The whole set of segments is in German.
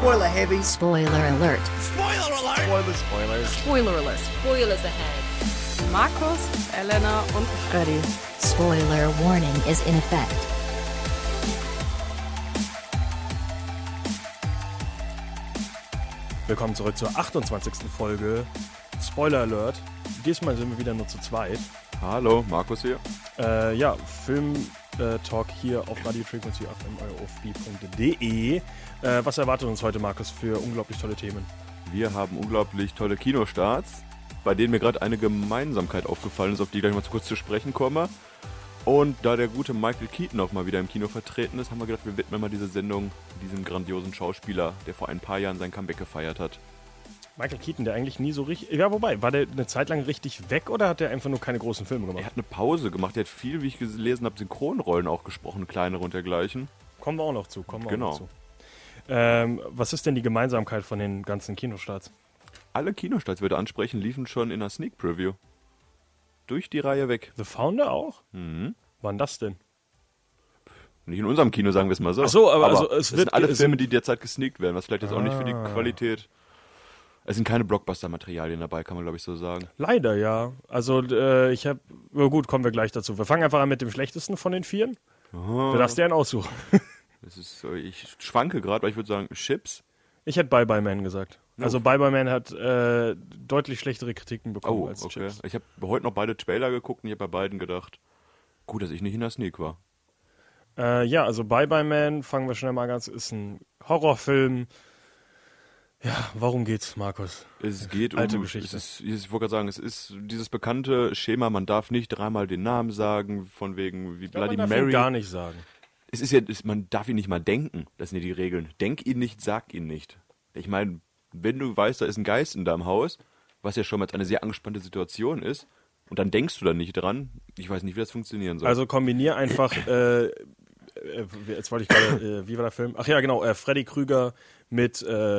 Spoiler heavy. Spoiler alert. Spoiler alert. Spoilers. Spoiler alert. Spoilers ahead. Markus, Elena und Freddy. Spoiler warning is in effect. Willkommen zurück zur 28. Folge Spoiler Alert. Diesmal sind wir wieder nur zu zweit. Hallo, Markus hier. Film-Talk hier auf Radio Frequency FM, ofb.de. Was erwartet uns heute, Markus, für unglaublich tolle Themen? Wir haben unglaublich tolle Kinostarts, bei denen mir gerade eine Gemeinsamkeit aufgefallen ist, auf die ich gleich mal kurz zu sprechen komme. Und da der gute Michael Keaton auch mal wieder im Kino vertreten ist, haben wir gedacht, wir widmen mal diese Sendung diesem grandiosen Schauspieler, der vor ein paar Jahren sein Comeback gefeiert hat. Michael Keaton, der eigentlich nie so richtig... Ja, wobei, war der eine Zeit lang richtig weg oder hat der einfach nur keine großen Filme gemacht? Er hat eine Pause gemacht, er hat viel, wie ich gelesen habe, Synchronrollen auch gesprochen, kleinere und dergleichen. Kommen wir auch noch zu, Genau. Was ist denn die Gemeinsamkeit von den ganzen Kinostarts? Alle Kinostarts, die wir da ansprechen, liefen schon in einer Sneak Preview. Durch die Reihe weg. The Founder auch? Mhm. Wann das denn? Nicht in unserem Kino, sagen wir es mal so. Ach so, aber also es sind alle Filme, die derzeit gesneakt werden, was vielleicht jetzt auch nicht für die Qualität... Es sind keine Blockbuster-Materialien dabei, kann man glaube ich so sagen. Leider, ja. Also ich habe... Gut, kommen wir gleich dazu. Wir fangen einfach an mit dem schlechtesten von den vieren. Du darfst dir einen aussuchen. Das ist so, ich schwanke gerade, weil ich würde sagen Chips. Ich hätte Bye Bye Man gesagt. Also Bye Bye Man hat deutlich schlechtere Kritiken bekommen als okay. Chips. Ich habe heute noch beide Trailer geguckt und ich habe bei beiden gedacht, gut, dass ich nicht in der Sneak war. Also Bye Bye Man, fangen wir schnell mal ganz, ist ein Horrorfilm. Ja, worum geht's, Markus? Es geht Alte um, Geschichte. Ich wollte gerade sagen, es ist dieses bekannte Schema, man darf nicht dreimal den Namen sagen, von wegen wie Bloody man darf ihn Mary. gar nicht sagen. Es ist ja, man darf ihn nicht mal denken, das sind ja die Regeln. Denk ihn nicht, sag ihn nicht. Ich meine, wenn du weißt, da ist ein Geist in deinem Haus, was ja schon mal eine sehr angespannte Situation ist, und dann denkst du da nicht dran, ich weiß nicht, wie das funktionieren soll. Also kombinier einfach, jetzt wollte ich gerade, wie war der Film? Ach ja, genau, Freddy Krüger mit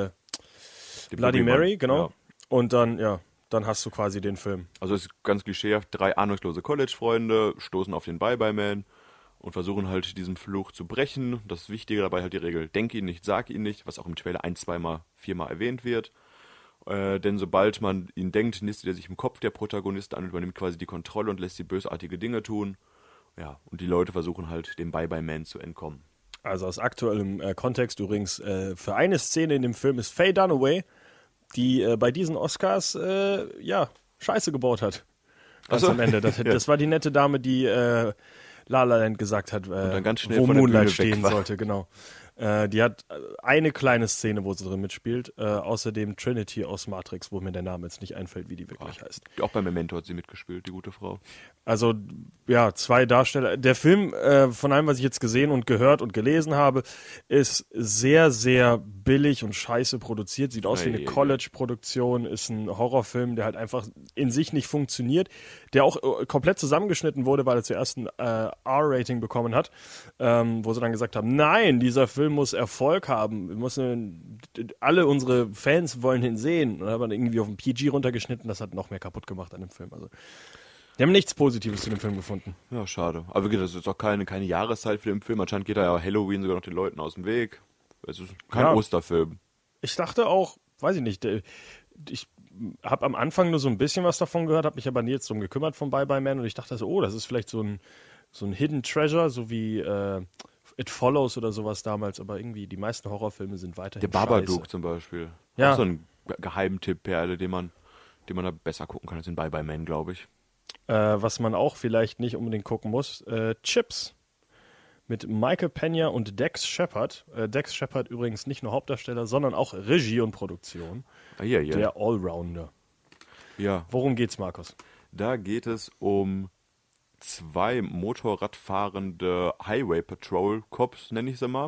Bloody Mary, genau. Ja. Und dann hast du quasi den Film. Also es ist ganz klischeehaft, 3 ahnungslose College-Freunde stoßen auf den Bye Bye Man und versuchen halt diesen Fluch zu brechen. Das Wichtige dabei halt die Regel, denk ihn nicht, sag ihn nicht, was auch im Trailer 1, 2 Mal, 4 Mal erwähnt wird. Denn sobald man ihn denkt, nistet er sich im Kopf der Protagonist an und übernimmt quasi die Kontrolle und lässt sie bösartige Dinge tun. Ja, und die Leute versuchen halt dem Bye Bye Man zu entkommen. Also aus aktuellem Kontext übrigens, für eine Szene in dem Film ist Faye Dunaway, die bei diesen Oscars Scheiße gebaut hat. Am Ende. Das war die nette Dame, die La La Land gesagt hat, dann ganz schnell wo von der Moonlight Bühne stehen weg war. sollte, genau. Die hat eine kleine Szene, wo sie drin mitspielt. Außerdem Trinity aus Matrix, wo mir der Name jetzt nicht einfällt, wie die wirklich heißt. Auch bei Memento hat sie mitgespielt, die gute Frau. Also, ja, 2 Darsteller. Der Film, von allem, was ich jetzt gesehen und gehört und gelesen habe, ist sehr, sehr billig und scheiße produziert. Sieht aus wie eine College-Produktion, ist ein Horrorfilm, der halt einfach in sich nicht funktioniert, der auch komplett zusammengeschnitten wurde, weil er zuerst ein R-Rating bekommen hat, wo sie dann gesagt haben, nein, dieser Film muss Erfolg haben. Alle unsere Fans wollen ihn sehen. Und dann hat man irgendwie auf den PG runtergeschnitten, das hat noch mehr kaputt gemacht an dem Film. Also, die haben nichts Positives zu dem Film gefunden. Ja, schade. Aber wie gesagt, das ist auch keine Jahreszeit für den Film. Anscheinend geht da ja Halloween sogar noch den Leuten aus dem Weg. Es ist kein Osterfilm. Ich dachte auch, weiß ich nicht, ich habe am Anfang nur so ein bisschen was davon gehört, habe mich aber nie jetzt drum gekümmert von Bye Bye Man und ich dachte so, das ist vielleicht so ein Hidden Treasure, so wie It Follows oder sowas damals, aber irgendwie die meisten Horrorfilme sind weiterhin Der Babadook zum Beispiel. Ja. Auch so ein Geheimtipp-Perle, den man da besser gucken kann als in Bye Bye Man, glaube ich. Was man auch vielleicht nicht unbedingt gucken muss, Chips. Mit Michael Peña und Dax Shepard. Dax Shepard übrigens nicht nur Hauptdarsteller, sondern auch Regie und Produktion. Ja. Der Allrounder. Ja. Worum geht's, Markus? Da geht es um 2 motorradfahrende Highway Patrol Cops, nenne ich sie mal,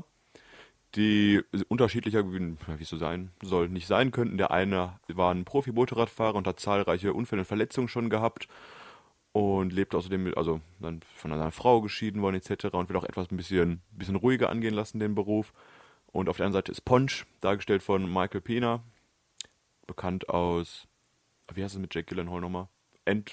die unterschiedlicher, wie es so sein soll, nicht sein könnten. Der eine war ein Profi-Motorradfahrer und hat zahlreiche Unfälle und Verletzungen schon gehabt und lebt außerdem dann von einer Frau geschieden worden etc. und will auch etwas ein bisschen ruhiger angehen lassen, den Beruf. Und auf der anderen Seite ist Ponch, dargestellt von Michael Pena, bekannt aus, wie heißt es mit Jake Gyllenhaal nochmal? End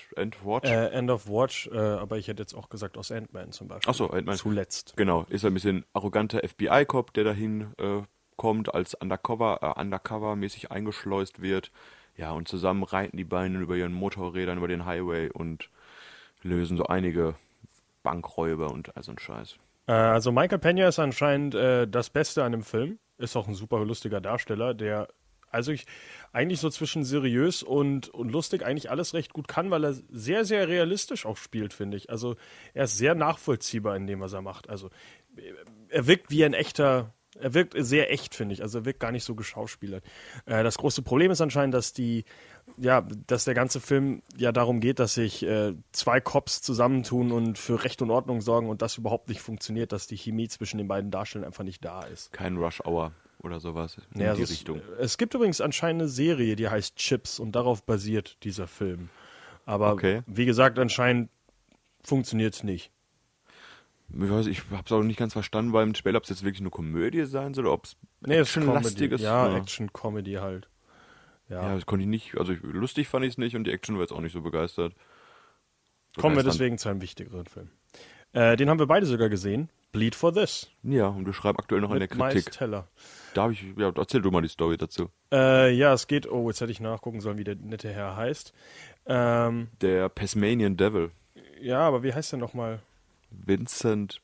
of Watch, aber ich hätte jetzt auch gesagt aus Ant-Man zum Beispiel. Achso, Ant-Man. Zuletzt. Genau, ist ein bisschen arroganter FBI-Cop, der dahin kommt, als Undercover-mäßig eingeschleust wird. Ja, und zusammen reiten die beiden über ihren Motorrädern über den Highway und lösen so einige Bankräuber und all so ein Scheiß. Also Michael Peña ist anscheinend das Beste an dem Film. Ist auch ein super lustiger Darsteller, der eigentlich so zwischen seriös und lustig eigentlich alles recht gut kann, weil er sehr, sehr realistisch auch spielt, finde ich. Also er ist sehr nachvollziehbar in dem, was er macht. Also er wirkt wie ein echter, er wirkt sehr echt, finde ich. Also er wirkt gar nicht so geschauspielert. Das große Problem ist anscheinend, dass der ganze Film ja darum geht, dass sich zwei Cops zusammentun und für Recht und Ordnung sorgen und das überhaupt nicht funktioniert, dass die Chemie zwischen den beiden Darstellern einfach nicht da ist. Kein Rush Hour oder sowas in Ja, die Richtung. Es gibt übrigens anscheinend eine Serie, die heißt Chips und darauf basiert dieser Film. Aber wie gesagt, anscheinend funktioniert es nicht. Ich habe es auch nicht ganz verstanden beim Trailer, ob es jetzt wirklich eine Komödie sein soll oder ob es Action-lastig ist. Ja, Action-Comedy halt. Ja, das konnte ich nicht, also lustig fand ich es nicht und die Action war jetzt auch nicht so begeistert. Kommen wir deswegen zu einem wichtigeren Film. Den haben wir beide sogar gesehen. Bleed for This. Ja, und wir schreiben aktuell noch in der Kritik. Miles Teller. Erzähl du mal die Story dazu. Es geht, jetzt hätte ich nachgucken sollen, wie der nette Herr heißt. Der Tasmanian Devil. Ja, aber wie heißt der nochmal? Vincent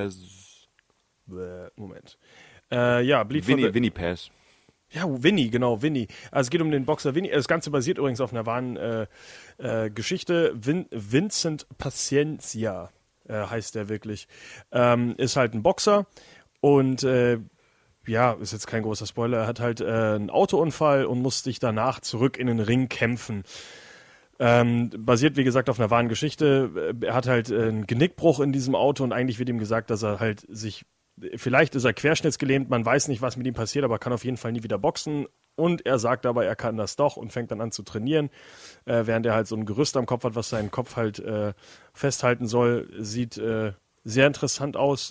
Moment. Bleed for This. Winnie Pass. Ja, Winnie, genau, Winnie. Also es geht um den Boxer Winnie. Das Ganze basiert übrigens auf einer wahren Geschichte. Vincent Paciencia heißt der wirklich. Ist halt ein Boxer und ist jetzt kein großer Spoiler. Er hat halt einen Autounfall und muss sich danach zurück in den Ring kämpfen. Basiert, wie gesagt, auf einer wahren Geschichte. Er hat halt einen Genickbruch in diesem Auto und eigentlich wird ihm gesagt, dass er halt vielleicht ist er querschnittsgelähmt, man weiß nicht, was mit ihm passiert, aber kann auf jeden Fall nie wieder boxen. Und er sagt aber, er kann das doch und fängt dann an zu trainieren, während er halt so ein Gerüst am Kopf hat, was seinen Kopf halt festhalten soll. Sieht sehr interessant aus.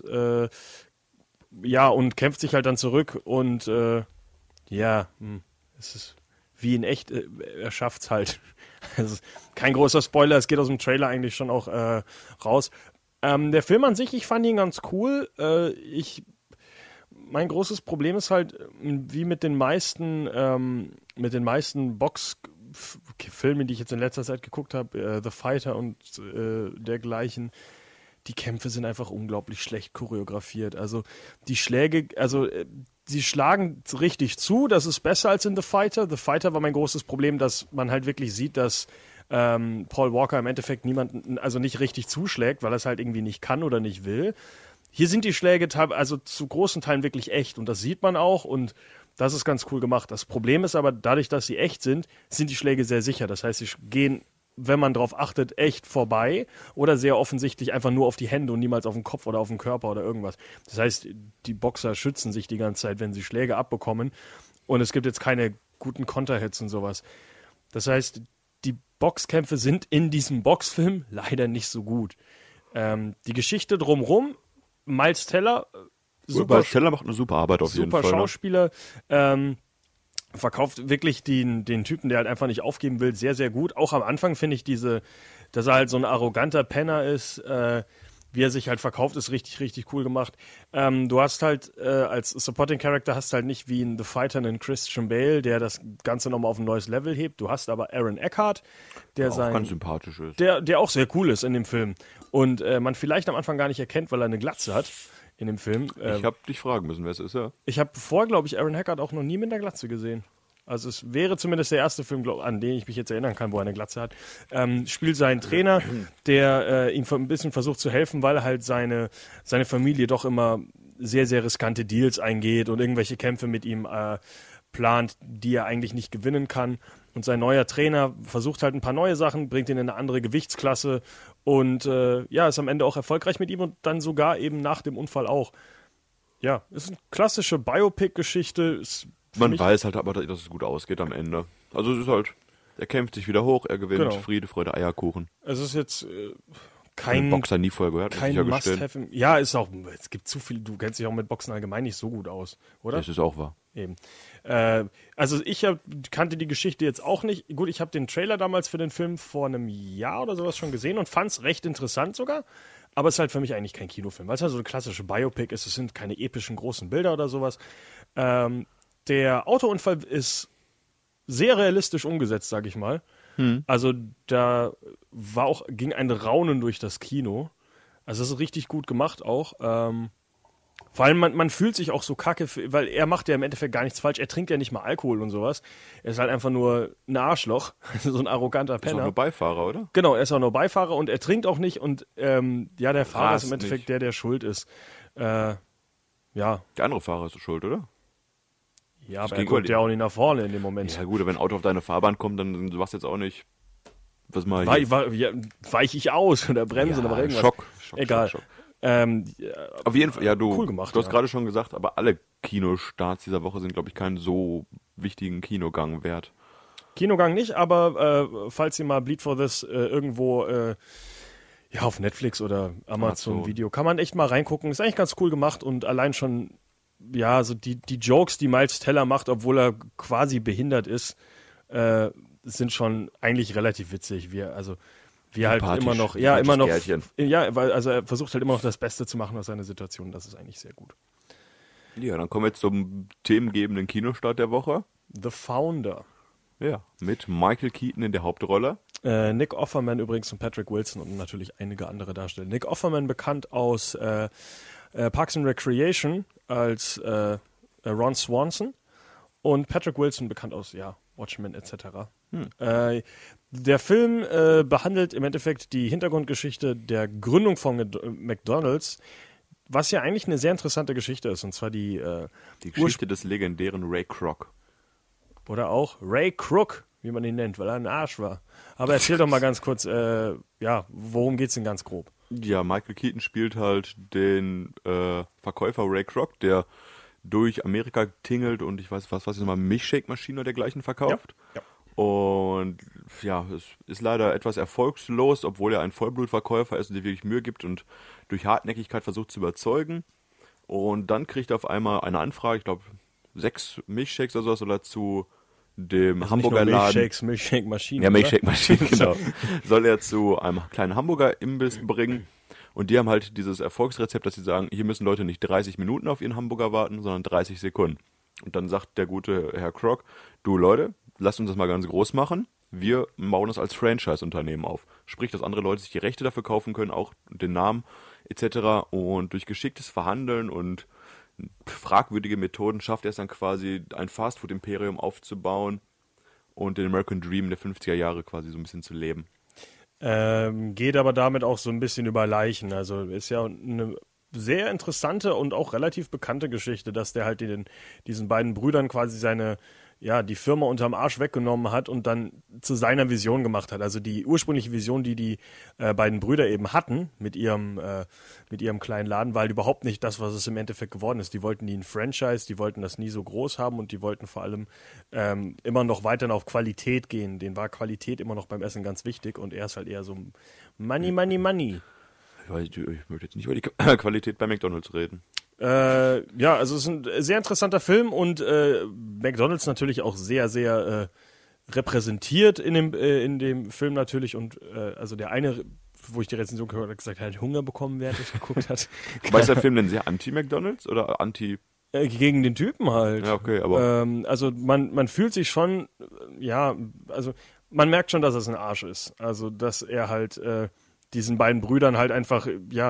Und kämpft sich halt dann zurück und es ist wie in echt, er schafft's halt. Es ist kein großer Spoiler, es geht aus dem Trailer eigentlich schon auch raus. Der Film an sich, ich fand ihn ganz cool. Mein großes Problem ist halt, wie mit den meisten Boxfilmen, die ich jetzt in letzter Zeit geguckt habe, The Fighter und dergleichen, die Kämpfe sind einfach unglaublich schlecht choreografiert. Also die Schläge, sie schlagen richtig zu, das ist besser als in The Fighter. The Fighter war mein großes Problem, dass man halt wirklich sieht, dass Paul Walker im Endeffekt niemanden, also nicht richtig zuschlägt, weil er es halt irgendwie nicht kann oder nicht will. Hier sind die Schläge zu großen Teilen wirklich echt und das sieht man auch und das ist ganz cool gemacht. Das Problem ist aber, dadurch, dass sie echt sind die Schläge sehr sicher. Das heißt, sie gehen, wenn man drauf achtet, echt vorbei oder sehr offensichtlich einfach nur auf die Hände und niemals auf den Kopf oder auf den Körper oder irgendwas. Das heißt, die Boxer schützen sich die ganze Zeit, wenn sie Schläge abbekommen und es gibt jetzt keine guten Konterhits und sowas. Das heißt, die Boxkämpfe sind in diesem Boxfilm leider nicht so gut. Die Geschichte drumherum, Miles Teller, Miles Teller macht eine super Arbeit auf jeden Fall. Super Schauspieler, verkauft wirklich den Typen, der halt einfach nicht aufgeben will, sehr, sehr gut. Auch am Anfang finde ich dass er halt so ein arroganter Penner ist, wie er sich halt verkauft, ist richtig, richtig cool gemacht. Du hast halt als Supporting Character hast halt nicht wie in The Fighter einen Christian Bale, der das Ganze nochmal auf ein neues Level hebt. Du hast aber Aaron Eckhart, der auch ganz sympathisch ist. Der auch sehr cool ist in dem Film. Und man vielleicht am Anfang gar nicht erkennt, weil er eine Glatze hat in dem Film. Ich habe dich fragen müssen, wer es ist, ja. Ich habe vorher, glaube ich, Aaron Eckhart auch noch nie mit einer Glatze gesehen. Also es wäre zumindest der erste Film, an den ich mich jetzt erinnern kann, wo er eine Glatze hat. Spielt seinen Trainer, der ihm ein bisschen versucht zu helfen, weil halt seine Familie doch immer sehr, sehr riskante Deals eingeht und irgendwelche Kämpfe mit ihm plant, die er eigentlich nicht gewinnen kann. Und sein neuer Trainer versucht halt ein paar neue Sachen, bringt ihn in eine andere Gewichtsklasse und ist am Ende auch erfolgreich mit ihm und dann sogar eben nach dem Unfall auch. Ja, ist eine klassische Biopic-Geschichte. Man weiß halt aber, dass es gut ausgeht am Ende. Also es ist halt, er kämpft sich wieder hoch, er gewinnt, genau. Friede, Freude, Eierkuchen. Es ist jetzt kein Boxer nie vorher gehört, kein Must-Have. Ja, ist auch, es gibt zu viel, du kennst dich auch mit Boxen allgemein nicht so gut aus, oder? Das ist auch wahr. Eben. Also ich kannte die Geschichte jetzt auch nicht. Gut, ich habe den Trailer damals für den Film vor einem Jahr oder sowas schon gesehen und fand es recht interessant sogar. Aber es ist halt für mich eigentlich kein Kinofilm, weil es halt so eine klassische Biopic ist. Es sind keine epischen großen Bilder oder sowas. Der Autounfall ist sehr realistisch umgesetzt, sag ich mal. Also da ging ein Raunen durch das Kino. Also das ist richtig gut gemacht auch. Vor allem, man fühlt sich auch so kacke, weil er macht ja im Endeffekt gar nichts falsch. Er trinkt ja nicht mal Alkohol und sowas. Er ist halt einfach nur ein Arschloch, so ein arroganter Penner. Ist auch nur Beifahrer, oder? Genau, er ist auch nur Beifahrer und er trinkt auch nicht. Und der Fahrer ist im Endeffekt nicht. der schuld ist. Ja. Der andere Fahrer ist schuld, oder? Ja, aber er guckt ja auch nicht nach vorne in dem Moment. Ja gut, wenn ein Auto auf deine Fahrbahn kommt, dann du machst jetzt auch nicht... Was mal Weich ich aus oder bremse oder irgendwas. Schock. Egal. Schock. Auf jeden Fall, cool gemacht, du hast gerade schon gesagt, aber alle Kinostarts dieser Woche sind, glaube ich, keinen so wichtigen Kinogang wert. Kinogang nicht, aber falls ihr mal Bleed for This irgendwo auf Netflix oder Amazon Video, kann man echt mal reingucken. Ist eigentlich ganz cool gemacht und allein schon so die Jokes, die Miles Teller macht, obwohl er quasi behindert ist, sind schon eigentlich relativ witzig. Wir halt immer noch, weil er versucht halt immer noch das Beste zu machen aus seiner Situation. Das ist eigentlich sehr gut. Ja, dann kommen wir jetzt zum themengebenden Kinostart der Woche. The Founder. Ja, mit Michael Keaton in der Hauptrolle. Nick Offerman übrigens und Patrick Wilson und natürlich einige andere Darsteller. Nick Offerman bekannt aus Parks and Recreation als Ron Swanson und Patrick Wilson bekannt aus Watchmen etc. Der Film behandelt im Endeffekt die Hintergrundgeschichte der Gründung von McDonald's, was ja eigentlich eine sehr interessante Geschichte ist, und zwar die Geschichte des legendären Ray Kroc. Oder auch Ray Kroc, wie man ihn nennt, weil er ein Arsch war. Aber erzähl doch mal ganz kurz, worum geht's denn ganz grob? Ja, Michael Keaton spielt halt den Verkäufer Ray Kroc, der durch Amerika tingelt und ich weiß was nochmal, Milchshake-Maschinen oder dergleichen verkauft. Ja. Und es ist leider etwas erfolgslos, obwohl er ein Vollblutverkäufer ist und sich wirklich Mühe gibt und durch Hartnäckigkeit versucht zu überzeugen. Und dann kriegt er auf einmal eine Anfrage, ich glaube 6 Milchshakes oder sowas, oder zu dem Hamburger Laden. Milchshake-Maschinen. Ja, Milchshake-Maschinen, genau. Soll er zu einem kleinen Hamburger-Imbiss bringen. Und die haben halt dieses Erfolgsrezept, dass sie sagen, hier müssen Leute nicht 30 Minuten auf ihren Hamburger warten, sondern 30 Sekunden. Und dann sagt der gute Herr Kroc, du Leute, lasst uns das mal ganz groß machen. Wir bauen das als Franchise-Unternehmen auf. Sprich, dass andere Leute sich die Rechte dafür kaufen können, auch den Namen etc. Und durch geschicktes Verhandeln und fragwürdige Methoden schafft er es dann quasi, ein Fastfood-Imperium aufzubauen und den American Dream der 50er Jahre quasi so ein bisschen zu leben. Geht aber damit auch so ein bisschen über Leichen. Also ist ja eine sehr interessante und auch relativ bekannte Geschichte, dass der halt diesen beiden Brüdern quasi die Firma unterm Arsch weggenommen hat und dann zu seiner Vision gemacht hat. Also die ursprüngliche Vision, die beiden Brüder eben hatten mit ihrem kleinen Laden, war halt überhaupt nicht das, was es im Endeffekt geworden ist. Die wollten nie ein Franchise, die wollten das nie so groß haben und die wollten vor allem immer noch weiter auf Qualität gehen. Denen war Qualität immer noch beim Essen ganz wichtig und er ist halt eher so Money. Ich möchte jetzt nicht über die Qualität bei McDonald's reden. Also es ist ein sehr interessanter Film und McDonald's natürlich auch sehr, sehr repräsentiert in dem Film natürlich und also der eine, wo ich die Rezension gehört habe, hat gesagt, er hat Hunger bekommen, während er geguckt hat. Ist der Film denn sehr anti-McDonald's oder anti... Gegen den Typen halt. Ja, okay, aber... also man fühlt sich schon, also man merkt schon, dass es ein Arsch ist. Also dass er halt diesen beiden Brüdern halt einfach,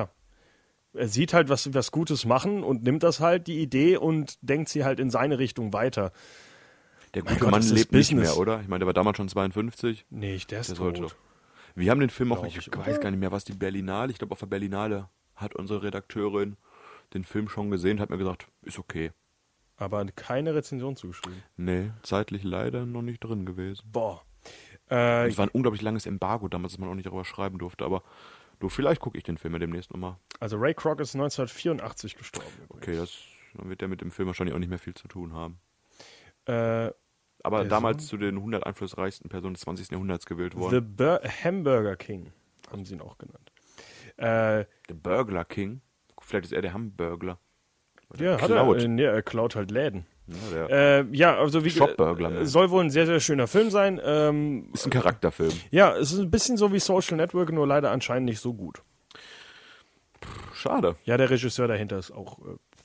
er sieht halt, was Gutes machen und nimmt das halt, die Idee, und denkt sie halt in seine Richtung weiter. Der gute Mann lebt nicht mehr, oder? Ich meine, der war damals schon 52. Nee, der ist tot. Wir haben den Film auch, ich weiß gar nicht mehr, was die Berlinale, ich glaube auf der Berlinale hat unsere Redakteurin den Film schon gesehen, hat mir gesagt, ist okay. Aber keine Rezension zugeschrieben. Nee, zeitlich leider noch nicht drin gewesen. Boah. Es war ein unglaublich langes Embargo damals, dass man auch nicht darüber schreiben durfte, aber vielleicht gucke ich den Film ja demnächst nochmal. Also Ray Kroc ist 1984 gestorben. Übrigens. Okay, dann wird der mit dem Film wahrscheinlich auch nicht mehr viel zu tun haben. Aber damals zu den 100 einflussreichsten Personen des 20. Jahrhunderts gewählt worden. The Hamburger King haben sie ihn auch genannt. The Burglar King? Vielleicht ist er der Hamburgler. Ja, er klaut halt Läden. Ja, also wie Shopburgler. Soll wohl ein sehr, sehr schöner Film sein. Ist ein Charakterfilm. Ja, es ist ein bisschen so wie Social Network, nur leider anscheinend nicht so gut. Schade. Ja, der Regisseur dahinter ist auch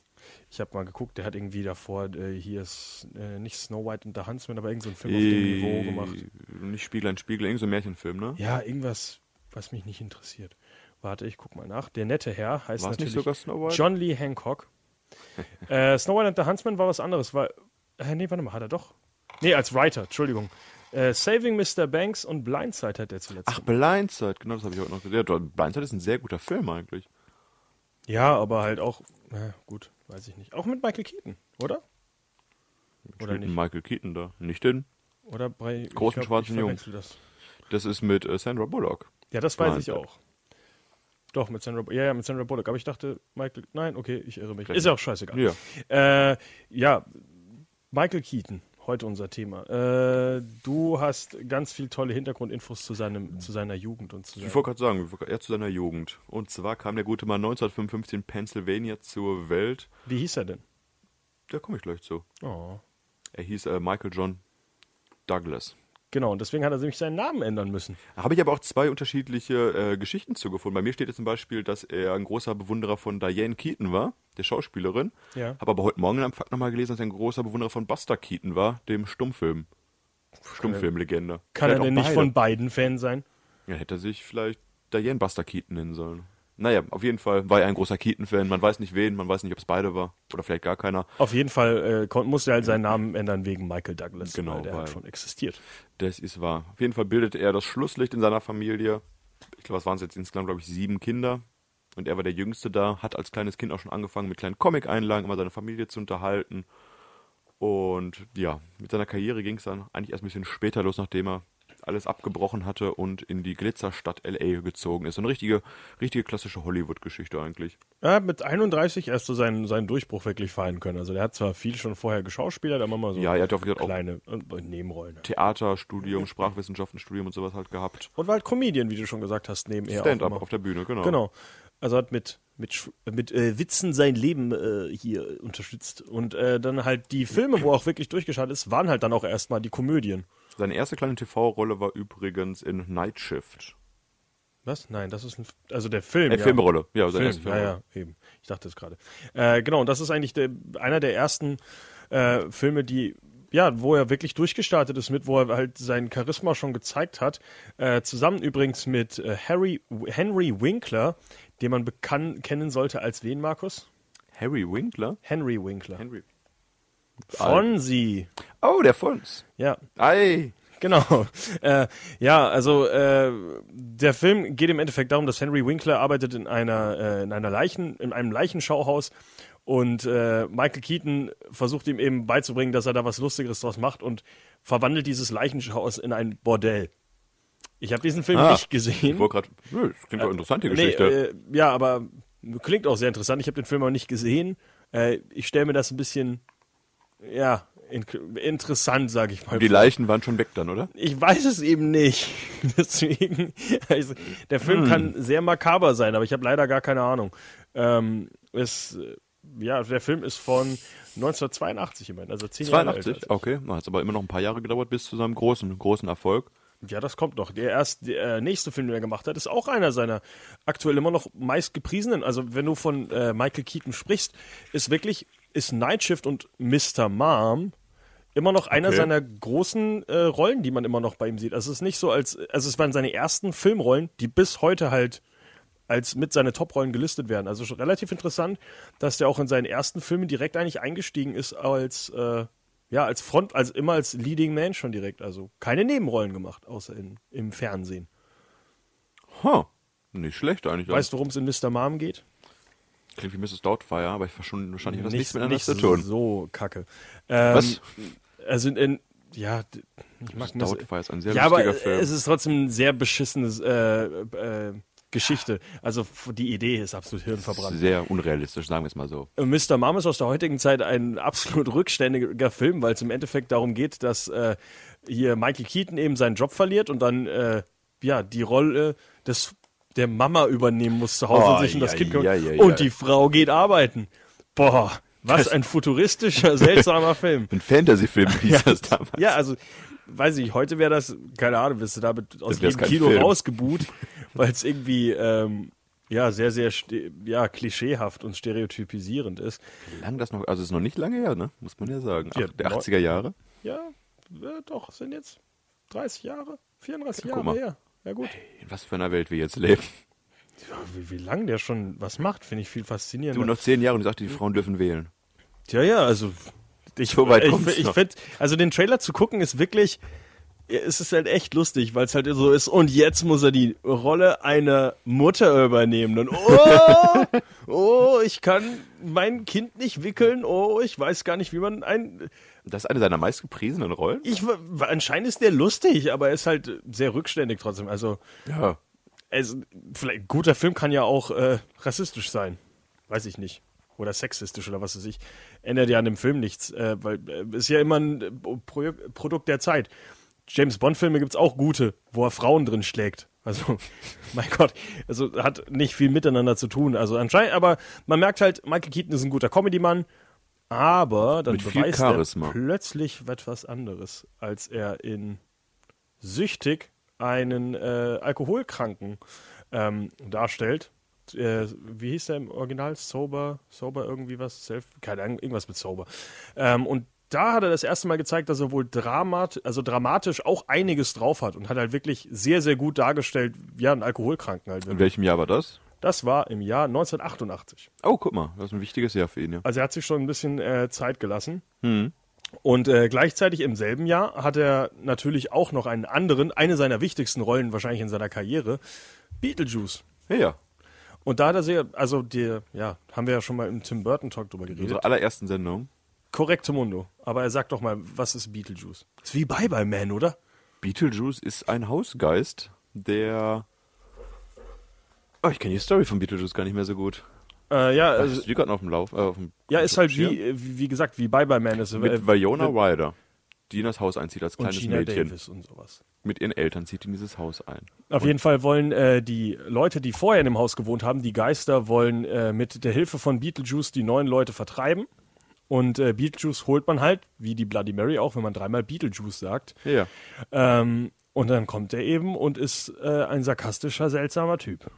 Ich habe mal geguckt, der hat irgendwie davor, hier ist nicht Snow White und the Huntsman, aber irgend so einen Film auf dem Niveau gemacht. Nicht Spieglein, Spiegel, irgend so ein Märchenfilm, ne? Ja, irgendwas, was mich nicht interessiert. Warte, ich guck mal nach. Der nette Herr heißt War's natürlich nicht sogar Snow White? John Lee Hancock. Snow White and the Huntsman war was anderes. Nee, warte mal, hat er doch. Nee, als Writer, Entschuldigung. Saving Mr. Banks und Blindside hat er zuletzt. Ach, Blindside, genau, das habe ich auch noch gesehen. Ja, Blindside ist ein sehr guter Film eigentlich. Ja, aber halt auch, gut, weiß ich nicht. Auch mit Michael Keaton, oder? Oder Steht nicht? Michael Keaton da, nicht den Oder bei großen ich schwarzen Jungen. verwechsel das. Das ist mit Sandra Bullock. Ja, das weiß ich Blindside. auch. Doch, mit Sandra Bullock. Aber ich dachte, Nein, okay, ich irre mich. Vielleicht Ist ja auch scheißegal. Ja. Ja, Michael Keaton, heute unser Thema. Du hast ganz viel tolle Hintergrundinfos zu seiner Jugend und zu Ich wollte gerade sagen, er zu seiner Jugend. Und zwar kam der gute Mann 1955 in Pennsylvania zur Welt. Wie hieß er denn? Da komme ich gleich zu. Oh. Er hieß Michael John Douglas. Genau, und deswegen hat er nämlich seinen Namen ändern müssen. Da habe ich aber auch zwei unterschiedliche Geschichten zugefunden. Bei mir steht jetzt zum Beispiel, dass er ein großer Bewunderer von Diane Keaton war, der Schauspielerin. Ja. Habe aber heute Morgen am Fakt nochmal gelesen, dass er ein großer Bewunderer von Buster Keaton war, dem Stummfilmlegende. Kann er Vielleicht denn auch nicht beide. von beiden Fan sein? Ja, hätte er sich vielleicht Diane Buster Keaton nennen sollen. Naja, auf jeden Fall war er ein großer Keaton-Fan. Man weiß nicht wen, man weiß nicht, ob es beide war. Oder vielleicht gar keiner. Auf jeden Fall musste er halt seinen Namen ändern wegen Michael Douglas, Genau, weil der weil- hat schon existiert. Das ist wahr. Auf jeden Fall bildete er das Schlusslicht in seiner Familie. Ich glaube, es waren jetzt insgesamt, glaube ich, 7 Kinder. Und er war der Jüngste da, hat als kleines Kind auch schon angefangen, mit kleinen Comic-Einlagen immer seine Familie zu unterhalten. Und ja, mit seiner Karriere ging es dann eigentlich erst ein bisschen später los, nachdem er alles abgebrochen hatte und in die Glitzerstadt L.A. gezogen ist. So eine richtige klassische Hollywood-Geschichte eigentlich. Er hat mit 31 erst so seinen Durchbruch wirklich feiern können. Also der hat zwar viel schon vorher geschauspielert, aber immer so Ja, er hat auch kleine Nebenrollen. Theaterstudium, Sprachwissenschaftenstudium und sowas halt gehabt. Und war halt Comedian, wie du schon gesagt hast, nebenher. Stand-up auch immer. auf der Bühne, genau. Genau. Also hat mit Witzen sein Leben hier unterstützt. Und dann halt die Filme, wo er auch wirklich durchgeschaut ist, waren halt dann auch erstmal die Komödien. Seine erste kleine TV-Rolle war übrigens in Night Shift. Was? Nein, das ist also der Film. Filmrolle. Ja, seine Film. erste Filmrolle. Ja, eben. Ich dachte es gerade. Genau, und das ist eigentlich einer der ersten Filme, wo er wirklich durchgestartet ist wo er halt sein Charisma schon gezeigt hat. Zusammen übrigens mit Henry Winkler, den man kennen sollte als wen, Markus? Harry Winkler? Henry Winkler. Henry. Fonzie. Oh, der Fons. Ja, Ei. genau. Der Film geht im Endeffekt darum, dass Henry Winkler arbeitet in einem Leichenschauhaus und Michael Keaton versucht ihm eben beizubringen, dass er da was Lustigeres draus macht und verwandelt dieses Leichenschauhaus in ein Bordell. Ich habe diesen Film nicht gesehen. Ich wollte gerade, das klingt doch interessante Geschichte. Ja, aber klingt auch sehr interessant. Ich habe den Film auch nicht gesehen. Ich stelle mir das ein bisschen, interessant, sage ich mal. Die Leichen waren schon weg dann, oder? Ich weiß es eben nicht. Deswegen, der Film kann sehr makaber sein, aber ich habe leider gar keine Ahnung. Der Film ist von 1982 immerhin, also 10 Jahre alt. 82? Okay, hat es aber immer noch ein paar Jahre gedauert bis zu seinem großen Erfolg. Ja, das kommt noch. Der nächste Film, den er gemacht hat, ist auch einer seiner aktuell immer noch meist gepriesenen. Also wenn du von Michael Keaton sprichst, ist Night Shift und Mr. Mom immer noch einer seiner großen Rollen, die man immer noch bei ihm sieht. Also es ist nicht so es waren seine ersten Filmrollen, die bis heute halt als mit seine Top-Rollen gelistet werden. Also schon relativ interessant, dass der auch in seinen ersten Filmen direkt eigentlich eingestiegen ist als immer als Leading Man schon direkt. Also keine Nebenrollen gemacht, außer im Fernsehen. Nicht schlecht eigentlich. Weißt du, worum es in Mr. Mom geht? Klingt wie Mrs. Doubtfire, aber wahrscheinlich hat das nichts Nicht miteinander zu tun. so kacke. Was? Also ich mag Mrs. Doubtfire ist ein sehr aber lustiger Film. es ist trotzdem ein sehr beschissenes Geschichte. Also die Idee ist absolut hirnverbrannt. Sehr unrealistisch, sagen wir es mal so. Mr. Mom ist aus der heutigen Zeit ein absolut rückständiger Film, weil es im Endeffekt darum geht, dass hier Michael Keaton eben seinen Job verliert und dann die Rolle der Mama übernehmen muss zu Hause und sich um das Kind kümmern. Und die Frau geht arbeiten. Boah, was ein futuristischer, seltsamer Film. Ein Fantasy-Film hieß das damals. Ja, also, weiß ich, heute wäre das, keine Ahnung, wirst du damit aus Das wär's jedem kein Kino Film. rausgebuht, weil es irgendwie, ja sehr, sehr klischeehaft und stereotypisierend ist. Wie lange das noch, also ist noch nicht lange her, ne? Muss man ja sagen. Ja, Der 80er Jahre. Ja, doch, sind jetzt 30 Jahre, 34 Ja, guck Jahre mal. her. Ja gut. In was für einer Welt wir jetzt leben. Ja, wie lange der schon was macht, finde ich viel faszinierender. Du, noch 10 Jahre und sagte, die Frauen dürfen wählen. Ja, also So weit kommt's ich noch. finde, also den Trailer zu gucken ist wirklich, es ist halt echt lustig, weil es halt so ist, und jetzt muss er die Rolle einer Mutter übernehmen. Und ich kann mein Kind nicht wickeln, ich weiß gar nicht, wie man Das ist eine seiner meistgepriesenen Rollen. anscheinend ist der lustig, aber er ist halt sehr rückständig trotzdem. Also, Ja. vielleicht ein guter Film kann ja auch rassistisch sein. Weiß ich nicht. Oder sexistisch oder was weiß ich. Ändert ja an dem Film nichts, weil ist ja immer ein Produkt der Zeit. James-Bond-Filme gibt's auch gute, wo er Frauen drin schlägt. Also, mein Gott, also hat nicht viel miteinander zu tun. Also anscheinend, aber man merkt halt, Michael Keaton ist ein guter Comedy-Mann, aber dann Mit viel beweist er Charisma. plötzlich etwas anderes, als er in Süchtig einen Alkoholkranken darstellt. Wie hieß der im Original? Sober irgendwie was? Keine Ahnung, irgendwas mit Sober. Und da hat er das erste Mal gezeigt, dass er wohl dramatisch auch einiges drauf hat und hat halt wirklich sehr, sehr gut dargestellt, wie ein Alkoholkranken halt In wird. welchem Jahr war das? Das war im Jahr 1988. Oh, guck mal, das ist ein wichtiges Jahr für ihn, ja. Also er hat sich schon ein bisschen Zeit gelassen. Und gleichzeitig im selben Jahr hat er natürlich auch noch eine seiner wichtigsten Rollen wahrscheinlich in seiner Karriere, Beetlejuice. Ja. Und da hat er haben wir ja schon mal im Tim Burton Talk drüber In geredet. unserer allerersten Sendung. Korrekte Mundo. Aber er sagt doch mal, was ist Beetlejuice? Ist wie Bye-Bye Man, oder? Beetlejuice ist ein Hausgeist, der... Oh, ich kenne die Story von Beetlejuice gar nicht mehr so gut. Also, Hast du die gerade noch auf dem Lauf? ist halt Schirm? wie gesagt, wie Bye-Bye Man ist. Mit Winona Ryder, die in das Haus einzieht als und kleines Gina Mädchen. Davis und sowas. Mit ihren Eltern zieht in dieses Haus ein. Auf jeden Fall wollen die Leute, die vorher in dem Haus gewohnt haben, die Geister, wollen mit der Hilfe von Beetlejuice die neuen Leute vertreiben. Und Beetlejuice holt man halt, wie die Bloody Mary auch, wenn man dreimal Beetlejuice sagt. Ja. Und dann kommt er eben und ist ein sarkastischer, seltsamer Typ.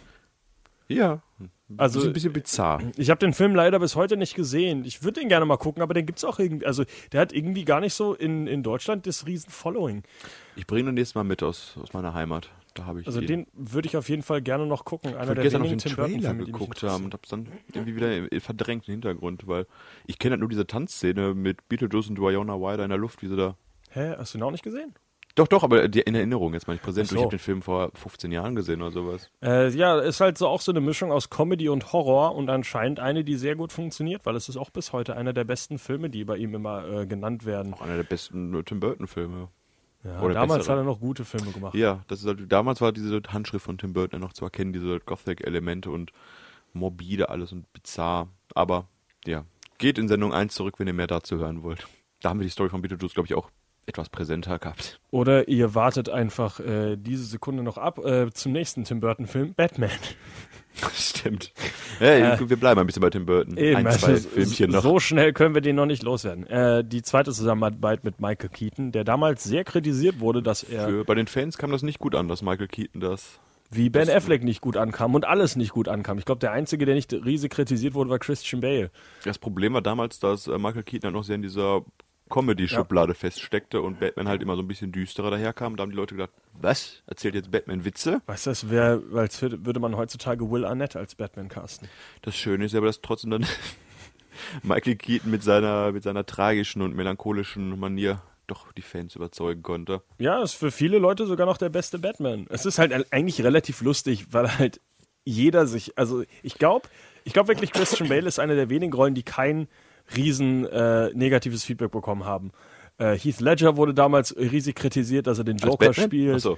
Ja. Also ein bisschen bizarr. ich habe den Film leider bis heute nicht gesehen. Ich würde den gerne mal gucken, aber den gibt's auch irgendwie, also der hat irgendwie gar nicht so in Deutschland das riesen Following. Ich bringe ihn nächstes Mal mit aus meiner Heimat. Da habe ich Also ihn. den würde ich auf jeden Fall gerne noch gucken. Ich Einer wollte der gestern noch wenigen den Tim Burton Trailer Filme, die mich geguckt haben interessieren. und hab's dann irgendwie wieder verdrängt im Hintergrund, weil ich kenne halt nur diese Tanzszene mit Beetlejuice und Winona Ryder in der Luft, wie sie da... Hä, hast du ihn auch nicht gesehen? Doch, aber in Erinnerung jetzt mal nicht präsent. Ach so. Ich habe den Film vor 15 Jahren gesehen oder sowas. Ist halt so auch so eine Mischung aus Comedy und Horror und anscheinend eine, die sehr gut funktioniert, weil es ist auch bis heute einer der besten Filme, die bei ihm immer genannt werden. Auch einer der besten Tim Burton-Filme. Ja, oder damals bessere. hat er noch gute Filme gemacht. Ja, das ist halt, damals war diese Handschrift von Tim Burton noch zu erkennen, diese Gothic-Elemente und morbide alles und bizarr. Aber ja, geht in Sendung 1 zurück, wenn ihr mehr dazu hören wollt. Da haben wir die Story von Beetlejuice, glaube ich, auch etwas präsenter gehabt. Oder ihr wartet einfach diese Sekunde noch ab zum nächsten Tim Burton-Film, Batman. Stimmt. Ja, wir bleiben ein bisschen bei Tim Burton. Eben, Zwei also, Filmchen noch. so schnell können wir den noch nicht loswerden. Die zweite Zusammenarbeit mit Michael Keaton, der damals sehr kritisiert wurde, dass er Bei den Fans kam das nicht gut an, dass Michael Keaton das... wie Ben Affleck nicht gut ankam und alles nicht gut ankam. Ich glaube, der Einzige, der nicht riesig kritisiert wurde, war Christian Bale. Das Problem war damals, dass Michael Keaton halt noch sehr in dieser Comedy-Schublade feststeckte und Batman halt immer so ein bisschen düsterer daherkam. Da haben die Leute gedacht, was? Erzählt jetzt Batman Witze? Weißt du, das wäre, als würde man heutzutage Will Arnett als Batman casten. Das Schöne ist aber, dass trotzdem dann Michael Keaton mit seiner tragischen und melancholischen Manier doch die Fans überzeugen konnte. Ja, ist für viele Leute sogar noch der beste Batman. Es ist halt eigentlich relativ lustig, weil halt jeder sich, also ich glaube wirklich, Christian Bale ist eine der wenigen Rollen, die kein riesen negatives Feedback bekommen haben. Heath Ledger wurde damals riesig kritisiert, dass er den Joker Batman? spielt. Ach so.